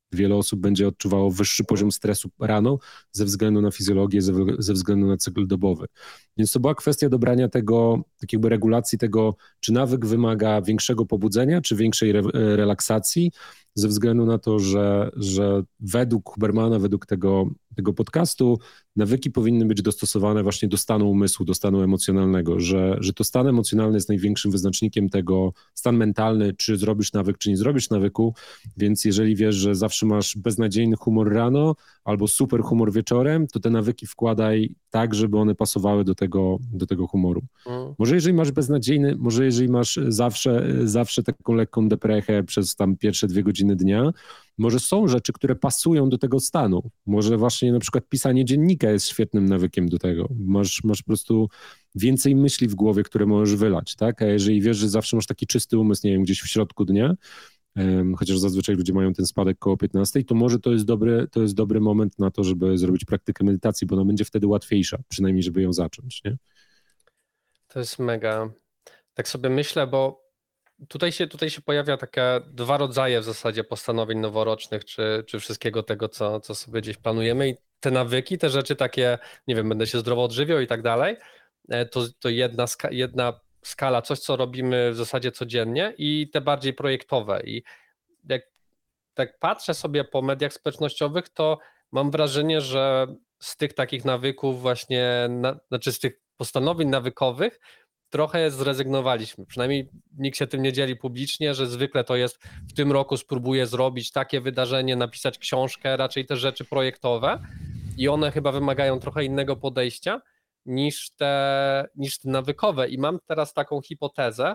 Wiele osób będzie odczuwało wyższy poziom stresu rano ze względu na fizjologię, ze względu na cykl dobowy. Więc to była kwestia dobrania tego, tak jakby regulacji tego, czy nawyk wymaga większego pobudzenia, czy większej relaksacji, ze względu na to, że według Hubermana, według tego podcastu, nawyki powinny być dostosowane właśnie do stanu umysłu, do stanu emocjonalnego, że to stan emocjonalny jest największym wyznacznikiem tego, stan mentalny, czy zrobisz nawyk, czy nie zrobisz nawyku, więc jeżeli wiesz, że zawsze masz beznadziejny humor rano albo super humor wieczorem, to te nawyki wkładaj tak, żeby one pasowały do tego humoru. Może jeżeli masz zawsze taką lekką deprechę przez tam pierwsze 2 godziny dnia, może są rzeczy, które pasują do tego stanu. Może właśnie na przykład pisanie dziennika jest świetnym nawykiem do tego. Masz po prostu więcej myśli w głowie, które możesz wylać, tak? A jeżeli wiesz, że zawsze masz taki czysty umysł, nie wiem, gdzieś w środku dnia, chociaż zazwyczaj ludzie mają ten spadek koło 15, to może to jest dobry moment na to, żeby zrobić praktykę medytacji, bo ona będzie wtedy łatwiejsza, przynajmniej żeby ją zacząć, nie? To jest mega. Tak sobie myślę, bo tutaj się pojawia takie 2 rodzaje w zasadzie postanowień noworocznych, czy wszystkiego tego, co sobie gdzieś planujemy i te nawyki, te rzeczy takie, nie wiem, będę się zdrowo odżywiał i tak dalej, to jedna skala, coś, co robimy w zasadzie codziennie i te bardziej projektowe. I jak tak patrzę sobie po mediach społecznościowych, to mam wrażenie, że z tych takich nawyków właśnie, znaczy z tych postanowień nawykowych trochę zrezygnowaliśmy. Przynajmniej nikt się tym nie dzieli publicznie, że zwykle to jest w tym roku spróbuję zrobić takie wydarzenie, napisać książkę, raczej te rzeczy projektowe i one chyba wymagają trochę innego podejścia niż te nawykowe. I mam teraz taką hipotezę,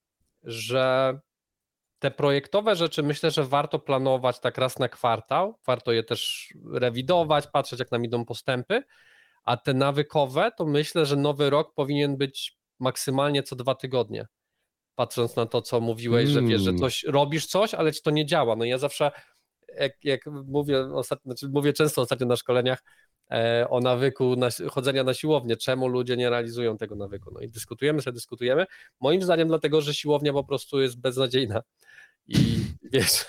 że te projektowe rzeczy myślę, że warto planować tak raz na kwartał, warto je też rewidować, patrzeć jak nam idą postępy, a te nawykowe to myślę, że nowy rok powinien być maksymalnie co 2 tygodnie. Patrząc na to, co mówiłeś, że wiesz, że robisz coś, ale ci to nie działa. No ja zawsze, jak mówię często ostatnio na szkoleniach o nawyku chodzenia na siłownię, czemu ludzie nie realizują tego nawyku. No i dyskutujemy. Moim zdaniem dlatego, że siłownia po prostu jest beznadziejna. I wiesz,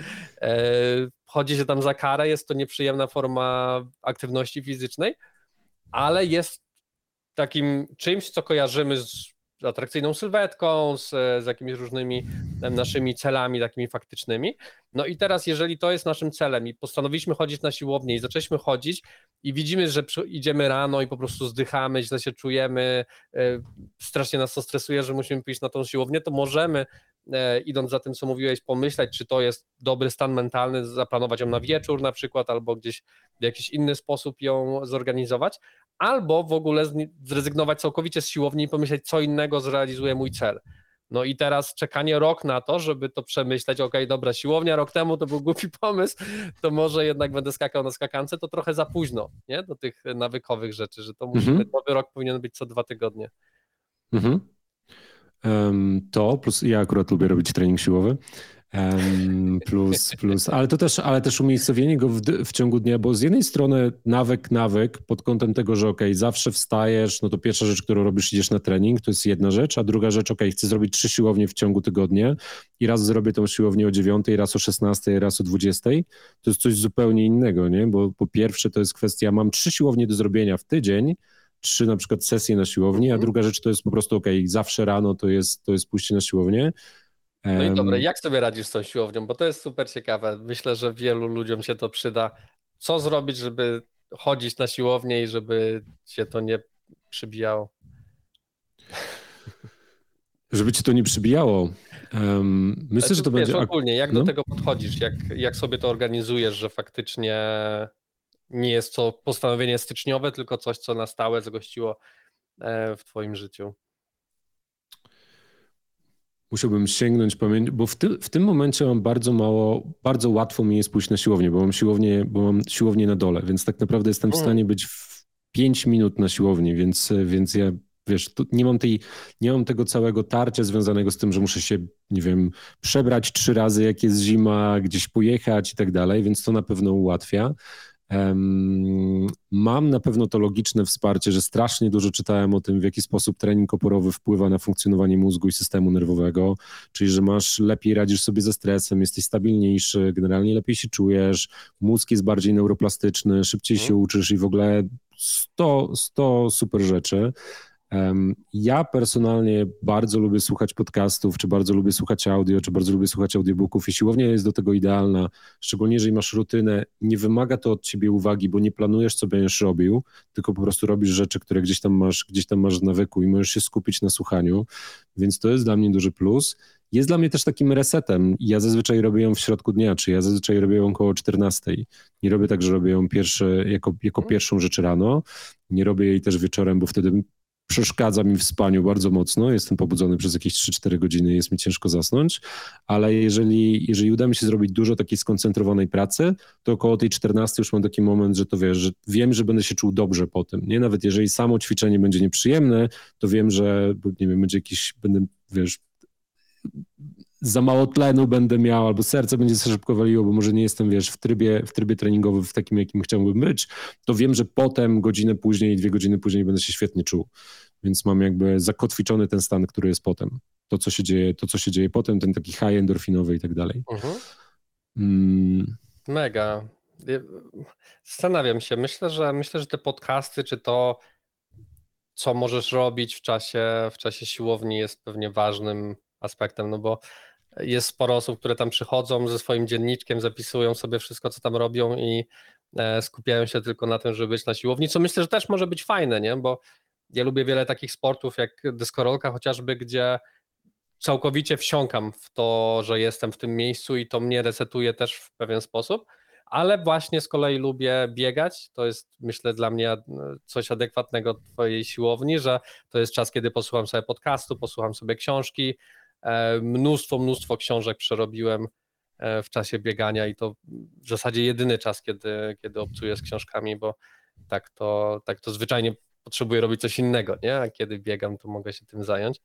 chodzi się tam za karę, jest to nieprzyjemna forma aktywności fizycznej, ale jest takim czymś, co kojarzymy z atrakcyjną sylwetką, z jakimiś różnymi naszymi celami takimi faktycznymi. No i teraz, jeżeli to jest naszym celem i postanowiliśmy chodzić na siłownię i zaczęliśmy chodzić i widzimy, że idziemy rano i po prostu zdychamy, źle się czujemy, strasznie nas to stresuje, że musimy pójść na tą siłownię, to możemy, idąc za tym, co mówiłeś, pomyśleć, czy to jest dobry stan mentalny, zaplanować ją na wieczór na przykład, albo gdzieś w jakiś inny sposób ją zorganizować, albo w ogóle zrezygnować całkowicie z siłowni i pomyśleć, co innego zrealizuje mój cel. No i teraz czekanie rok na to, żeby to przemyśleć, okej, dobra, siłownia rok temu to był głupi pomysł, to może jednak będę skakał na skakance, to trochę za późno, nie? Do tych nawykowych rzeczy, że to nowy rok powinien być co 2 tygodnie. To plus ja akurat lubię robić trening siłowy. Plus, ale też umiejscowienie go w ciągu dnia, bo z jednej strony nawyk pod kątem tego, że zawsze wstajesz, no to pierwsza rzecz, którą robisz, idziesz na trening, to jest jedna rzecz, a druga rzecz, chcę zrobić 3 siłownie w ciągu tygodnia i raz zrobię tą siłownię o 9, raz o 16, raz o 20, to jest coś zupełnie innego, nie? Bo po pierwsze to jest kwestia, mam 3 siłownie do zrobienia w tydzień, 3 na przykład sesje na siłowni, a druga rzecz to jest po prostu zawsze rano to jest pójście na siłownię. No i dobra, jak sobie radzisz z tą siłownią? Bo to jest super ciekawe. Myślę, że wielu ludziom się to przyda. Co zrobić, żeby chodzić na siłownię i żeby się to nie przybijało? Żeby cię to nie przybijało. Myślę, że to będzie... ogólnie, jak do tego podchodzisz? Jak sobie to organizujesz, że faktycznie nie jest to postanowienie styczniowe, tylko coś, co na stałe zagościło w twoim życiu? Musiałbym sięgnąć pamięć, bo w tym momencie mam bardzo łatwo mi jest pójść na siłownię, bo mam siłownię na dole, więc tak naprawdę jestem w stanie być w 5 minut na siłowni, więc ja, wiesz, nie mam tego całego tarcia związanego z tym, że muszę się, nie wiem, przebrać 3 razy, jak jest zima, gdzieś pojechać i tak dalej, więc to na pewno ułatwia. Mam na pewno to logiczne wsparcie, że strasznie dużo czytałem o tym, w jaki sposób trening oporowy wpływa na funkcjonowanie mózgu i systemu nerwowego, czyli że lepiej radzisz sobie ze stresem, jesteś stabilniejszy, generalnie lepiej się czujesz, mózg jest bardziej neuroplastyczny, szybciej się uczysz i w ogóle 100 super rzeczy. Ja personalnie bardzo lubię słuchać podcastów, czy bardzo lubię słuchać audio, czy bardzo lubię słuchać audiobooków i siłownia jest do tego idealna, szczególnie jeżeli masz rutynę, nie wymaga to od ciebie uwagi, bo nie planujesz, co będziesz robił, tylko po prostu robisz rzeczy, które gdzieś tam masz w nawyku i możesz się skupić na słuchaniu, więc to jest dla mnie duży plus. Jest dla mnie też takim resetem. Ja zazwyczaj robię ją w środku dnia, czy ja zazwyczaj robię ją około 14. Nie robię tak, że robię ją jako pierwszą rzecz rano, nie robię jej też wieczorem, bo wtedy przeszkadza mi w spaniu bardzo mocno, jestem pobudzony przez jakieś 3-4 godziny, jest mi ciężko zasnąć, ale jeżeli uda mi się zrobić dużo takiej skoncentrowanej pracy, to około tej 14 już mam taki moment, że to wiesz, że wiem, że będę się czuł dobrze po tym, nie? Nawet jeżeli samo ćwiczenie będzie nieprzyjemne, to wiem, że nie wiem, będę, wiesz, za mało tlenu będę miał, albo serce będzie się szybko waliło, bo może nie jestem, wiesz, w trybie treningowym w takim, jakim chciałbym być, to wiem, że potem godzinę później, 2 godziny później będę się świetnie czuł. Więc mam jakby zakotwiczony ten stan, który jest potem. To, co się dzieje potem, ten taki high endorfinowy i tak dalej. Mega. Zastanawiam się. Myślę, że te podcasty, czy to, co możesz robić w czasie siłowni, jest pewnie ważnym aspektem, no bo jest sporo osób, które tam przychodzą ze swoim dzienniczkiem, zapisują sobie wszystko, co tam robią i skupiają się tylko na tym, żeby być na siłowni, co myślę, że też może być fajne, nie? Bo ja lubię wiele takich sportów jak deskorolka chociażby, gdzie całkowicie wsiąkam w to, że jestem w tym miejscu i to mnie resetuje też w pewien sposób, ale właśnie z kolei lubię biegać, to jest myślę dla mnie coś adekwatnego twojej siłowni, że to jest czas, kiedy posłucham sobie podcastu, posłucham sobie książki, mnóstwo książek przerobiłem w czasie biegania i to w zasadzie jedyny czas, kiedy obcuję z książkami, bo tak to zwyczajnie potrzebuję robić coś innego, nie? A kiedy biegam, to mogę się tym zająć.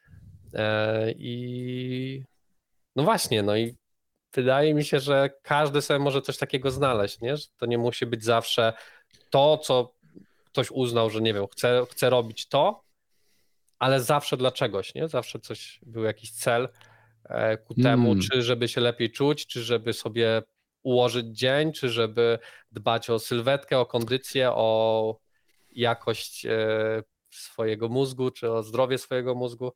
I no właśnie, no i wydaje mi się, że każdy sobie może coś takiego znaleźć, nie? Że to nie musi być zawsze to, co ktoś uznał, że nie wiem, chce robić to, ale zawsze dla czegoś, nie? Zawsze był jakiś cel ku temu, czy żeby się lepiej czuć, czy żeby sobie ułożyć dzień, czy żeby dbać o sylwetkę, o kondycję, o jakość swojego mózgu, czy o zdrowie swojego mózgu.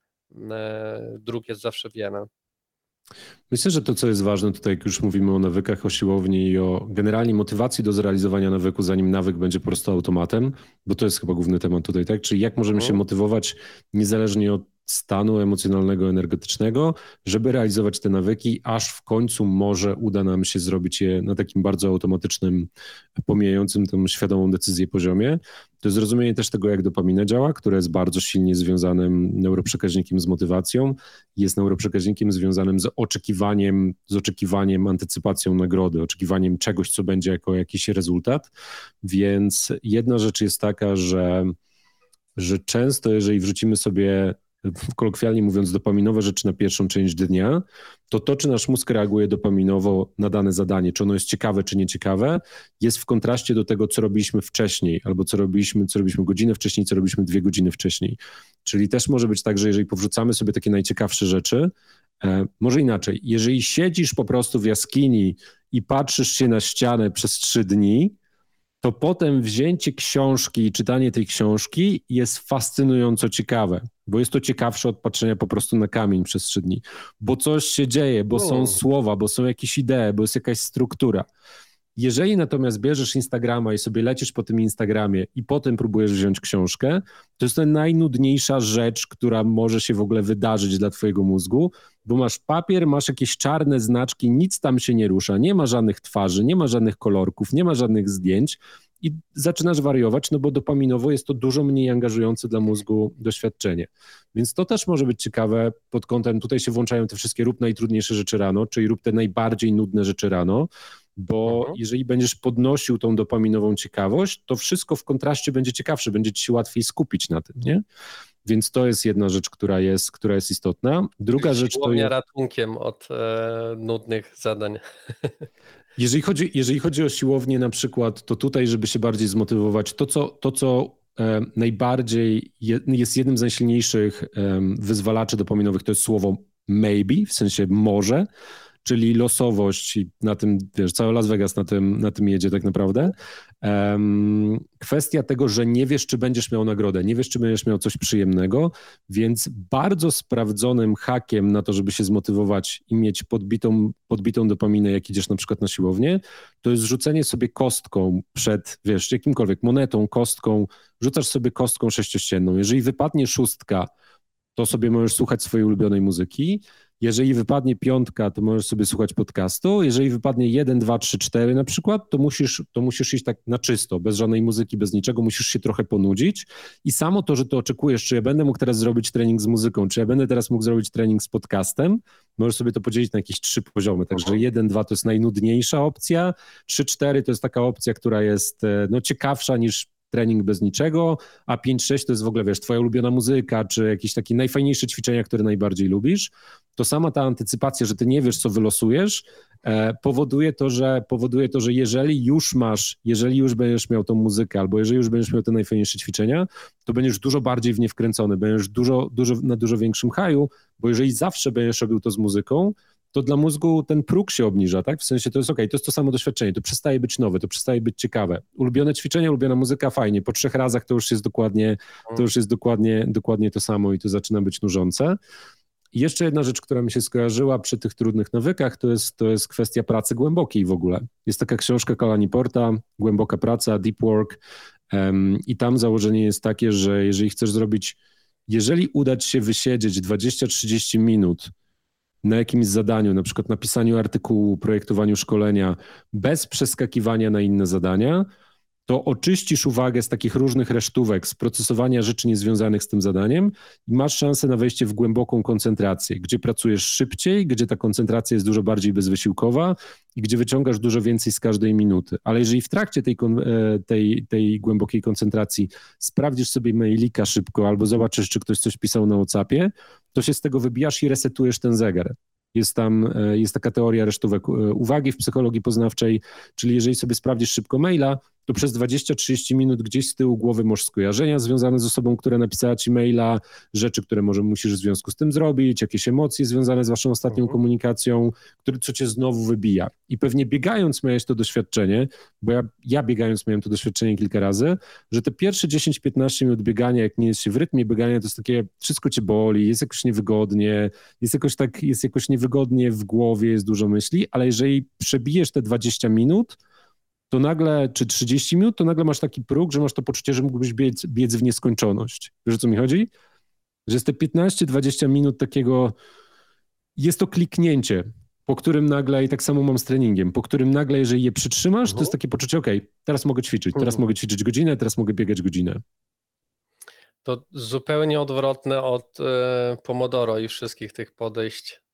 Dróg jest zawsze wiele. Myślę, że to, co jest ważne tutaj, jak już mówimy o nawykach, o siłowni i o generalnie motywacji do zrealizowania nawyku, zanim nawyk będzie po prostu automatem, bo to jest chyba główny temat tutaj, tak? Czyli jak możemy się motywować niezależnie od stanu emocjonalnego, energetycznego, żeby realizować te nawyki, aż w końcu może uda nam się zrobić je na takim bardzo automatycznym, pomijającym tę świadomą decyzję poziomie. To jest zrozumienie też tego, jak dopamina działa, które jest bardzo silnie związanym neuroprzekaźnikiem z motywacją, jest neuroprzekaźnikiem związanym z oczekiwaniem, antycypacją nagrody, oczekiwaniem czegoś, co będzie jako jakiś rezultat. Więc jedna rzecz jest taka, że często, jeżeli wrzucimy sobie, kolokwialnie mówiąc, dopaminowe rzeczy na pierwszą część dnia, to czy nasz mózg reaguje dopaminowo na dane zadanie, czy ono jest ciekawe, czy nieciekawe, jest w kontraście do tego, co robiliśmy wcześniej, albo co robiliśmy godzinę wcześniej, co robiliśmy 2 godziny wcześniej. Czyli też może być tak, że jeżeli powrzucamy sobie takie najciekawsze rzeczy, może inaczej, jeżeli siedzisz po prostu w jaskini i patrzysz się na ścianę przez 3 dni, to potem wzięcie książki i czytanie tej książki jest fascynująco ciekawe, bo jest to ciekawsze od patrzenia po prostu na kamień przez 3 dni, bo coś się dzieje, bo są słowa, bo są jakieś idee, bo jest jakaś struktura. Jeżeli natomiast bierzesz Instagrama i sobie lecisz po tym Instagramie i potem próbujesz wziąć książkę, to jest to najnudniejsza rzecz, która może się w ogóle wydarzyć dla twojego mózgu, bo masz papier, masz jakieś czarne znaczki, nic tam się nie rusza, nie ma żadnych twarzy, nie ma żadnych kolorków, nie ma żadnych zdjęć i zaczynasz wariować, no bo dopaminowo jest to dużo mniej angażujące dla mózgu doświadczenie. Więc to też może być ciekawe pod kątem, tutaj się włączają te wszystkie rób najtrudniejsze rzeczy rano, czyli rób te najbardziej nudne rzeczy rano, bo jeżeli będziesz podnosił tą dopaminową ciekawość, to wszystko w kontraście będzie ciekawsze, będzie ci się łatwiej skupić na tym, nie? Więc to jest jedna rzecz, która jest istotna. Druga rzecz to jest... ratunkiem od nudnych zadań. Jeżeli chodzi o siłownię na przykład, to tutaj, żeby się bardziej zmotywować, to co najbardziej jest jednym z najsilniejszych wyzwalaczy dopaminowych, to jest słowo maybe, w sensie może, czyli losowość i na tym, wiesz, cały Las Vegas na tym jedzie tak naprawdę. Kwestia tego, że nie wiesz, czy będziesz miał nagrodę, nie wiesz, czy będziesz miał coś przyjemnego, więc bardzo sprawdzonym hakiem na to, żeby się zmotywować i mieć podbitą dopaminę, jak idziesz na przykład na siłownię, to jest rzucenie sobie kostką przed, wiesz, jakimkolwiek monetą, kostką, rzucasz sobie kostką sześciościenną. Jeżeli wypadnie szóstka, to sobie możesz słuchać swojej ulubionej muzyki. Jeżeli wypadnie piątka, to możesz sobie słuchać podcastu. Jeżeli wypadnie 1, 2, 3, 4 na przykład, to musisz iść tak na czysto, bez żadnej muzyki, bez niczego, musisz się trochę ponudzić i samo to, że ty oczekujesz, czy ja będę mógł teraz zrobić trening z muzyką, czy ja będę teraz mógł zrobić trening z podcastem, możesz sobie to podzielić na jakieś 3 poziomy, także 1, 2 to jest najnudniejsza opcja, 3, 4 to jest taka opcja, która jest ciekawsza niż trening bez niczego, a 5-6 to jest w ogóle, wiesz, twoja ulubiona muzyka, czy jakieś takie najfajniejsze ćwiczenia, które najbardziej lubisz, to sama ta antycypacja, że ty nie wiesz, co wylosujesz, powoduje to, że jeżeli już będziesz miał tą muzykę, albo jeżeli już będziesz miał te najfajniejsze ćwiczenia, to będziesz dużo bardziej w nie wkręcony, będziesz na dużo większym haju, bo jeżeli zawsze będziesz robił to z muzyką, to dla mózgu ten próg się obniża, tak? W sensie to jest okej, to jest to samo doświadczenie, to przestaje być nowe, to przestaje być ciekawe. Ulubione ćwiczenie, ulubiona muzyka, fajnie, po 3 razach to już jest dokładnie to samo i to zaczyna być nużące. I jeszcze jedna rzecz, która mi się skojarzyła przy tych trudnych nawykach, to jest kwestia pracy głębokiej w ogóle. Jest taka książka Cala Newporta, Głęboka praca, Deep Work, i tam założenie jest takie, że jeżeli uda ci się wysiedzieć 20-30 minut na jakimś zadaniu, na przykład napisaniu artykułu, projektowaniu szkolenia, bez przeskakiwania na inne zadania, to oczyścisz uwagę z takich różnych resztówek, z procesowania rzeczy niezwiązanych z tym zadaniem i masz szansę na wejście w głęboką koncentrację, gdzie pracujesz szybciej, gdzie ta koncentracja jest dużo bardziej bezwysiłkowa i gdzie wyciągasz dużo więcej z każdej minuty. Ale jeżeli w trakcie tej głębokiej koncentracji sprawdzisz sobie mailika szybko albo zobaczysz, czy ktoś coś pisał na WhatsAppie, to się z tego wybijasz i resetujesz ten zegar. Jest taka teoria resztówek uwagi w psychologii poznawczej, czyli jeżeli sobie sprawdzisz szybko maila, to przez 20-30 minut gdzieś z tyłu głowy masz skojarzenia związane z osobą, która napisała ci maila, rzeczy, które może musisz w związku z tym zrobić, jakieś emocje związane z waszą ostatnią komunikacją, co cię znowu wybija. I pewnie biegając miałeś to doświadczenie, bo ja biegając miałem to doświadczenie kilka razy, że te pierwsze 10-15 minut biegania, jak nie jest się w rytmie biegania, to jest takie, wszystko cię boli, jest jakoś niewygodnie, jest jakoś niewygodnie w głowie, jest dużo myśli, ale jeżeli przebijesz te 20 minut, to nagle, czy 30 minut, to nagle masz taki próg, że masz to poczucie, że mógłbyś biec w nieskończoność. Wiesz, o co mi chodzi? Że jest te 15-20 minut takiego, jest to kliknięcie, po którym nagle, i tak samo mam z treningiem, po którym nagle, jeżeli je przytrzymasz, to jest takie poczucie, teraz mogę ćwiczyć, teraz mogę ćwiczyć godzinę, teraz mogę biegać godzinę. To zupełnie odwrotne od Pomodoro i wszystkich tych podejść.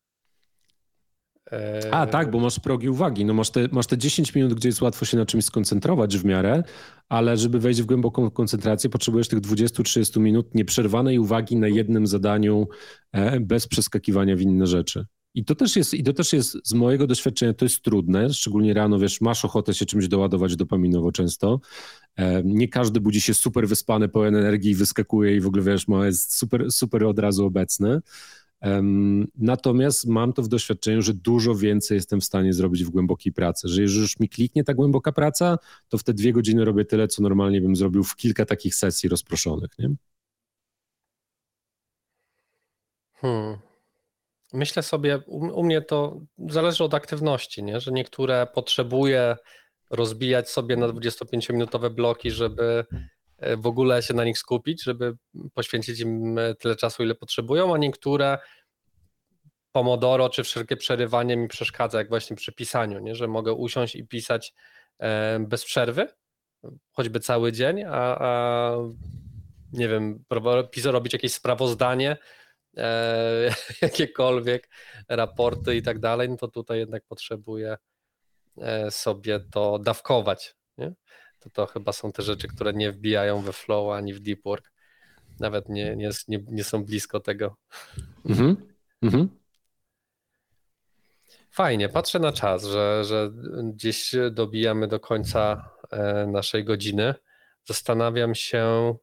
Tak, bo masz progi uwagi. No masz te 10 minut, gdzie jest łatwo się na czymś skoncentrować w miarę, ale żeby wejść w głęboką koncentrację, potrzebujesz tych 20-30 minut nieprzerwanej uwagi na jednym zadaniu bez przeskakiwania w inne rzeczy. I to też jest z mojego doświadczenia, to jest trudne, szczególnie rano, wiesz, masz ochotę się czymś doładować dopaminowo często. Nie każdy budzi się super wyspany, pełen energii, wyskakuje i w ogóle, wiesz, jest super od razu obecny. Natomiast mam to w doświadczeniu, że dużo więcej jestem w stanie zrobić w głębokiej pracy, że jeżeli już mi kliknie ta głęboka praca, to w te 2 godziny robię tyle, co normalnie bym zrobił w kilka takich sesji rozproszonych, nie? Myślę sobie, u mnie to zależy od aktywności, nie? Że niektóre potrzebuję rozbijać sobie na 25-minutowe bloki, żeby w ogóle się na nich skupić, żeby poświęcić im tyle czasu, ile potrzebują, a niektóre Pomodoro czy wszelkie przerywanie mi przeszkadza, jak właśnie przy pisaniu, nie? Że mogę usiąść i pisać bez przerwy, choćby cały dzień, a nie wiem, robić jakieś sprawozdanie, jakiekolwiek raporty i tak dalej, no to tutaj jednak potrzebuję sobie to dawkować, nie? To chyba są te rzeczy, które nie wbijają we flow ani w deep work. nawet nie są blisko tego. Fajnie, patrzę na czas, że gdzieś dobijamy do końca naszej godziny. Zastanawiam się,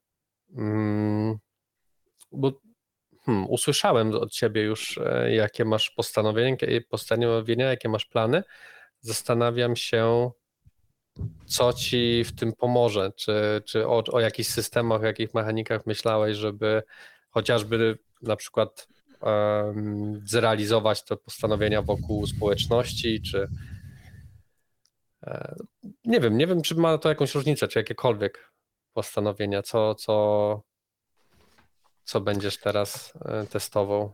bo usłyszałem od ciebie już, jakie masz postanowienia, jakie masz plany. Zastanawiam się, co ci w tym pomoże, czy o jakichś systemach, o jakich mechanikach myślałeś, żeby chociażby na przykład zrealizować te postanowienia wokół społeczności, czy nie wiem, czy ma to jakąś różnicę, czy jakiekolwiek postanowienia, co będziesz teraz testował?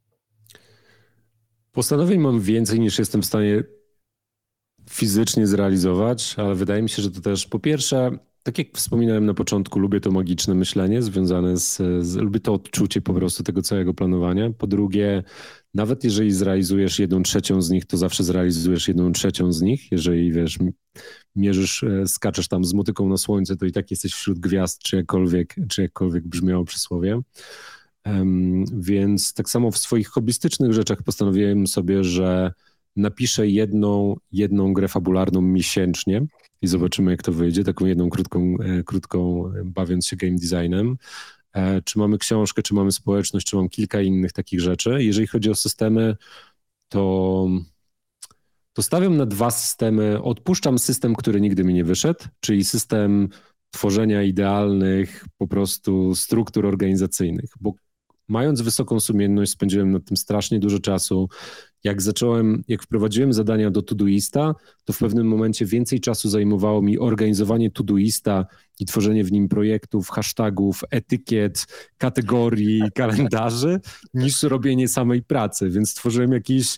Postanowień mam więcej niż jestem w stanie fizycznie zrealizować, ale wydaje mi się, że to też po pierwsze, tak jak wspominałem na początku, lubię to magiczne myślenie związane lubię to odczucie po prostu tego całego planowania. Po drugie, nawet jeżeli zrealizujesz 1/3 z nich, to zawsze zrealizujesz 1/3 z nich. Jeżeli mierzysz, skaczesz tam z motyką na słońce, to i tak jesteś wśród gwiazd, czy jakkolwiek brzmiało przysłowie. Więc tak samo w swoich hobbystycznych rzeczach postanowiłem sobie, że napiszę jedną grę fabularną miesięcznie i zobaczymy, jak to wyjdzie, taką jedną krótką bawiąc się game designem. Czy mamy książkę, czy mamy społeczność, czy mam kilka innych takich rzeczy. Jeżeli chodzi o systemy, to stawiam na 2 systemy. Odpuszczam system, który nigdy mi nie wyszedł, czyli system tworzenia idealnych po prostu struktur organizacyjnych, bo mając wysoką sumienność, spędziłem nad tym strasznie dużo czasu. Jak wprowadziłem zadania do Todoista, to w pewnym momencie więcej czasu zajmowało mi organizowanie Todoista i tworzenie w nim projektów, hashtagów, etykiet, kategorii, kalendarzy, niż robienie samej pracy, więc stworzyłem jakiś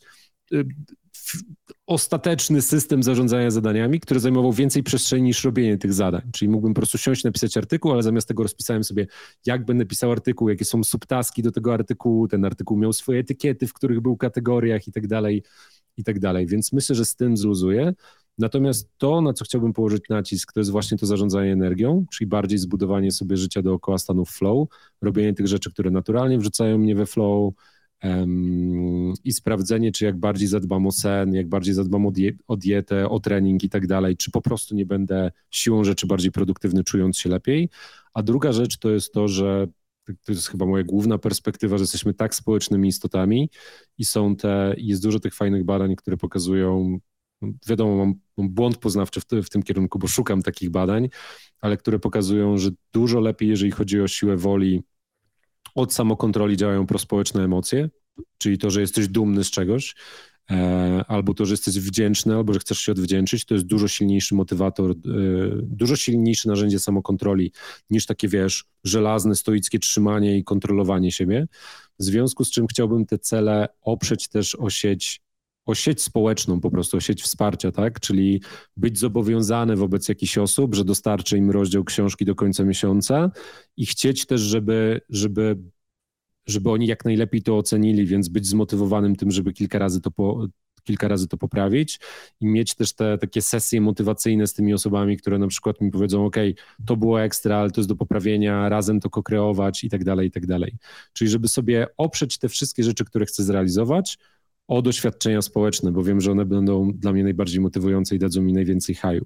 ostateczny system zarządzania zadaniami, który zajmował więcej przestrzeni niż robienie tych zadań. Czyli mógłbym po prostu siąść, napisać artykuł, ale zamiast tego rozpisałem sobie, jak będę pisał artykuł, jakie są subtaski do tego artykułu, ten artykuł miał swoje etykiety, w których był kategoriach i tak dalej. Więc myślę, że z tym zluzuję. Natomiast to, na co chciałbym położyć nacisk, to jest właśnie to zarządzanie energią, czyli bardziej zbudowanie sobie życia dookoła stanów flow, robienie tych rzeczy, które naturalnie wrzucają mnie we flow, i sprawdzenie, czy jak bardziej zadbam o sen, jak bardziej zadbam o dietę, o trening i tak dalej, czy po prostu nie będę siłą rzeczy bardziej produktywny, czując się lepiej. A druga rzecz to jest to, że to jest chyba moja główna perspektywa, że jesteśmy tak społecznymi istotami i jest dużo tych fajnych badań, które pokazują, wiadomo, mam błąd poznawczy w tym kierunku, bo szukam takich badań, ale które pokazują, że dużo lepiej, jeżeli chodzi o siłę woli, od samokontroli działają prospołeczne emocje, czyli to, że jesteś dumny z czegoś, albo to, że jesteś wdzięczny, albo że chcesz się odwdzięczyć, to jest dużo silniejszy motywator, dużo silniejsze narzędzie samokontroli niż takie, żelazne, stoickie trzymanie i kontrolowanie siebie. W związku z czym chciałbym te cele oprzeć też o sieć społeczną, po prostu o sieć wsparcia, tak? Czyli być zobowiązany wobec jakichś osób, że dostarczy im rozdział książki do końca miesiąca i chcieć też, żeby oni jak najlepiej to ocenili, więc być zmotywowanym tym, żeby kilka razy to poprawić i mieć też te takie sesje motywacyjne z tymi osobami, które na przykład mi powiedzą, to było ekstra, ale to jest do poprawienia, razem to kokreować i tak dalej, i tak dalej. Czyli żeby sobie oprzeć te wszystkie rzeczy, które chcę zrealizować, o doświadczenia społeczne, bo wiem, że one będą dla mnie najbardziej motywujące i dadzą mi najwięcej haju.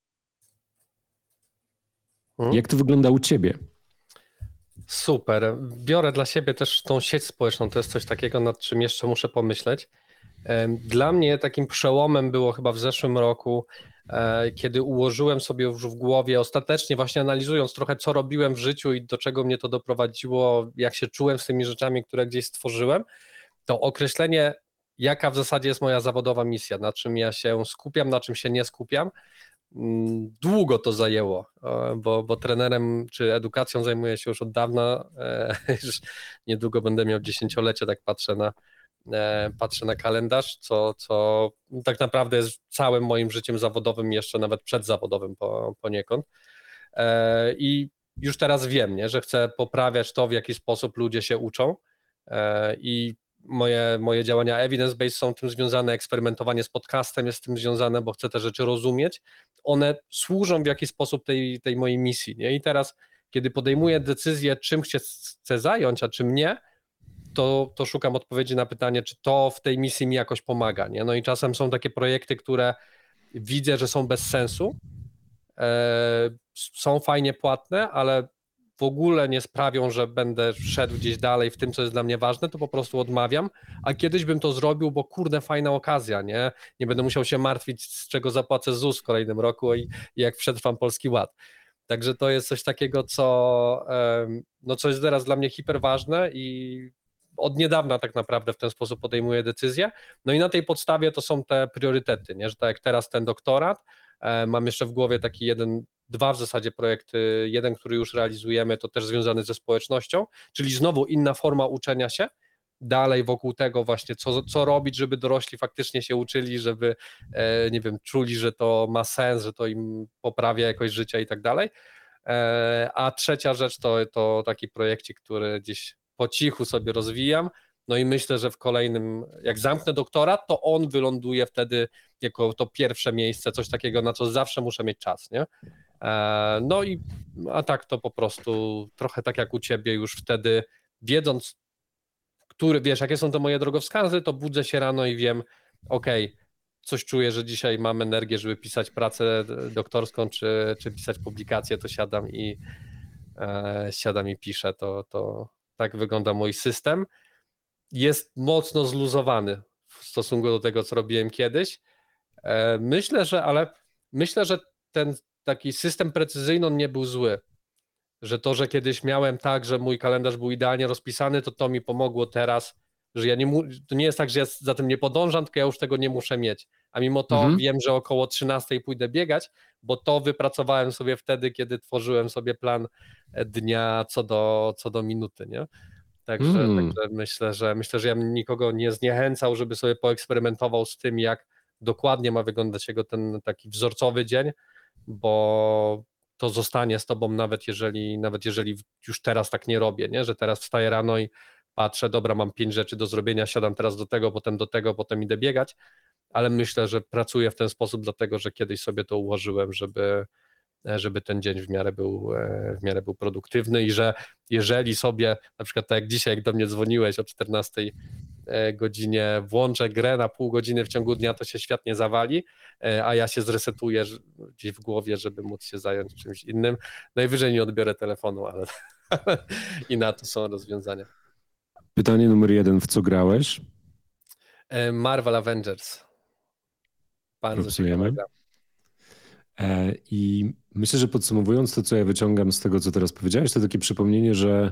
Jak to wygląda u ciebie? Super. Biorę dla siebie też tą sieć społeczną. To jest coś takiego, nad czym jeszcze muszę pomyśleć. Dla mnie takim przełomem było chyba w zeszłym roku, kiedy ułożyłem sobie już w głowie, ostatecznie właśnie analizując trochę, co robiłem w życiu i do czego mnie to doprowadziło, jak się czułem z tymi rzeczami, które gdzieś stworzyłem, to określenie, jaka w zasadzie jest moja zawodowa misja, na czym ja się skupiam, na czym się nie skupiam. Długo to zajęło, bo trenerem czy edukacją zajmuję się już od dawna, już niedługo będę miał 10-lecie, tak patrzę na kalendarz, co tak naprawdę jest całym moim życiem zawodowym, jeszcze nawet przedzawodowym poniekąd. I już teraz wiem, nie, że chcę poprawiać to, w jaki sposób ludzie się uczą i moje działania evidence-based są tym związane, eksperymentowanie z podcastem jest z tym związane, bo chcę te rzeczy rozumieć. One służą w jakiś sposób tej mojej misji, nie? I teraz kiedy podejmuję decyzję, czym chcę zająć, a czym nie, to szukam odpowiedzi na pytanie, czy to w tej misji mi jakoś pomaga, nie? No i czasem są takie projekty, które widzę, że są bez sensu, są fajnie płatne, ale w ogóle nie sprawią, że będę szedł gdzieś dalej w tym, co jest dla mnie ważne, to po prostu odmawiam, a kiedyś bym to zrobił, bo kurde, fajna okazja, nie będę musiał się martwić, z czego zapłacę ZUS w kolejnym roku i jak przetrwam Polski Ład. Także to jest coś takiego, co jest teraz dla mnie hiperważne i od niedawna tak naprawdę w ten sposób podejmuję decyzje. No i na tej podstawie to są te priorytety, nie? Że tak jak teraz ten doktorat, mam jeszcze w głowie taki dwa w zasadzie projekty, jeden, który już realizujemy, to też związany ze społecznością, czyli znowu inna forma uczenia się, dalej wokół tego właśnie, co robić, żeby dorośli faktycznie się uczyli, żeby, nie wiem, czuli, że to ma sens, że to im poprawia jakość życia i tak dalej. A trzecia rzecz to taki projekcik, który gdzieś po cichu sobie rozwijam, no i myślę, że w kolejnym, jak zamknę doktorat, to on wyląduje wtedy jako to pierwsze miejsce, coś takiego, na co zawsze muszę mieć czas, nie? No i a tak to po prostu trochę tak jak u ciebie już wtedy, wiedząc, wiesz, jakie są to moje drogowskazy, to budzę się rano i wiem, coś czuję, że dzisiaj mam energię, żeby pisać pracę doktorską, czy pisać publikację, to siadam i piszę, to tak wygląda mój system. Jest mocno zluzowany w stosunku do tego, co robiłem kiedyś. Myślę, że ten taki system precyzyjny, on nie był zły. Że to, że kiedyś miałem tak, że mój kalendarz był idealnie rozpisany, to mi pomogło teraz, że to nie jest tak, że ja za tym nie podążam, tylko ja już tego nie muszę mieć. A mimo to wiem, że około 13 pójdę biegać, bo to wypracowałem sobie wtedy, kiedy tworzyłem sobie plan dnia co do minuty, nie? Także myślę, że ja bym nikogo nie zniechęcał, żeby sobie poeksperymentował z tym, jak dokładnie ma wyglądać jego ten taki wzorcowy dzień, bo to zostanie z tobą, nawet jeżeli już teraz tak nie robię, nie? Że teraz wstaję rano i patrzę, dobra, mam 5 rzeczy do zrobienia, siadam teraz do tego, potem idę biegać, ale myślę, że pracuję w ten sposób dlatego, że kiedyś sobie to ułożyłem, żeby ten dzień w miarę był produktywny i że jeżeli sobie, na przykład tak jak dzisiaj, jak do mnie dzwoniłeś o 14 godzinie, włączę grę na pół godziny w ciągu dnia, to się świat nie zawali, a ja się zresetuję gdzieś w głowie, żeby móc się zająć czymś innym. Najwyżej nie odbiorę telefonu, ale i na to są rozwiązania. Pytanie numer 1. W co grałeś? Marvel Avengers. Bardzo ciekawa gra. I myślę, że podsumowując to, co ja wyciągam z tego, co teraz powiedziałeś, to takie przypomnienie, że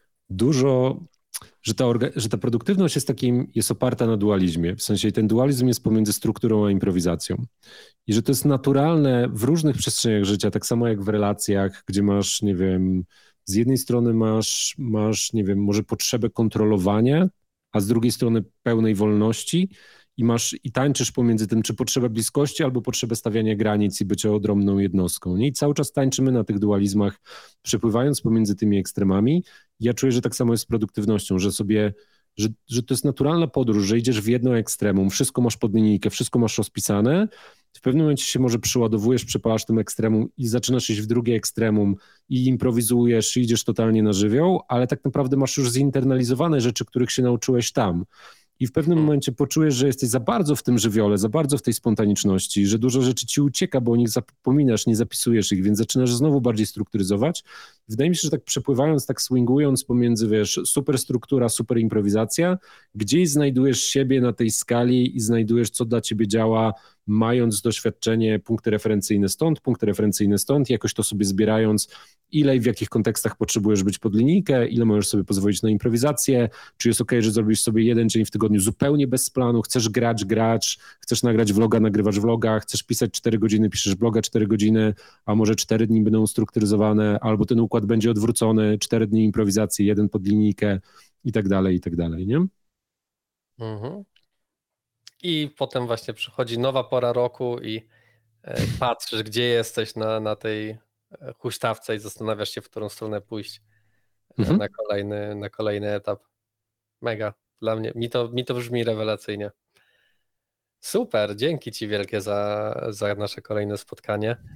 że ta produktywność jest oparta na dualizmie. W sensie ten dualizm jest pomiędzy strukturą a improwizacją. I że to jest naturalne w różnych przestrzeniach życia, tak samo jak w relacjach, gdzie masz, nie wiem, z jednej strony masz, nie wiem, może potrzebę kontrolowania, a z drugiej strony pełnej wolności i tańczysz pomiędzy tym, czy potrzeba bliskości, albo potrzebę stawiania granic i bycia odrębną jednostką. Nie? I cały czas tańczymy na tych dualizmach, przepływając pomiędzy tymi ekstremami. Ja czuję, że tak samo jest z produktywnością, że to jest naturalna podróż, że idziesz w jedno ekstremum, wszystko masz pod linijkę, wszystko masz rozpisane, w pewnym momencie się może przeładowujesz, przepalasz tym ekstremum i zaczynasz iść w drugie ekstremum i improwizujesz i idziesz totalnie na żywioł, ale tak naprawdę masz już zinternalizowane rzeczy, których się nauczyłeś tam. I w pewnym momencie poczujesz, że jesteś za bardzo w tym żywiole, za bardzo w tej spontaniczności, że dużo rzeczy ci ucieka, bo o nich zapominasz, nie zapisujesz ich, więc zaczynasz znowu bardziej strukturyzować. Wydaje mi się, że tak przepływając, tak swingując pomiędzy, wiesz, super struktura, super improwizacja, gdzieś znajdujesz siebie na tej skali i znajdujesz, co dla ciebie działa, mając doświadczenie, punkty referencyjne stąd, jakoś to sobie zbierając, ile i w jakich kontekstach potrzebujesz być pod linijkę, ile możesz sobie pozwolić na improwizację, czy jest okej, że zrobisz sobie jeden dzień w tygodniu zupełnie bez planu, chcesz grać, chcesz nagrać vloga, nagrywasz vloga, chcesz pisać 4 godziny, piszesz bloga 4 godziny, a może 4 dni będą ustrukturyzowane, albo ten układ będzie odwrócony, 4 dni improwizacji, 1 pod linijkę i tak dalej, nie? Mhm. I potem właśnie przychodzi nowa pora roku i patrzysz, gdzie jesteś na tej huśtawce i zastanawiasz się, w którą stronę pójść na kolejny etap. Mega. Dla mnie, mi to brzmi rewelacyjnie. Super, dzięki ci wielkie za nasze kolejne spotkanie.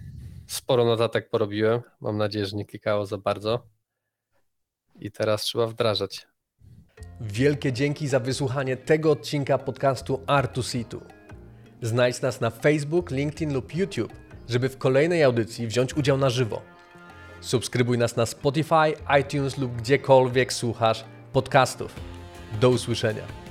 Sporo notatek porobiłem. Mam nadzieję, że nie klikało za bardzo. I teraz trzeba wdrażać. Wielkie dzięki za wysłuchanie tego odcinka podcastu Art2Situ. Znajdź nas na Facebook, LinkedIn lub YouTube, żeby w kolejnej audycji wziąć udział na żywo. Subskrybuj nas na Spotify, iTunes lub gdziekolwiek słuchasz podcastów. Do usłyszenia.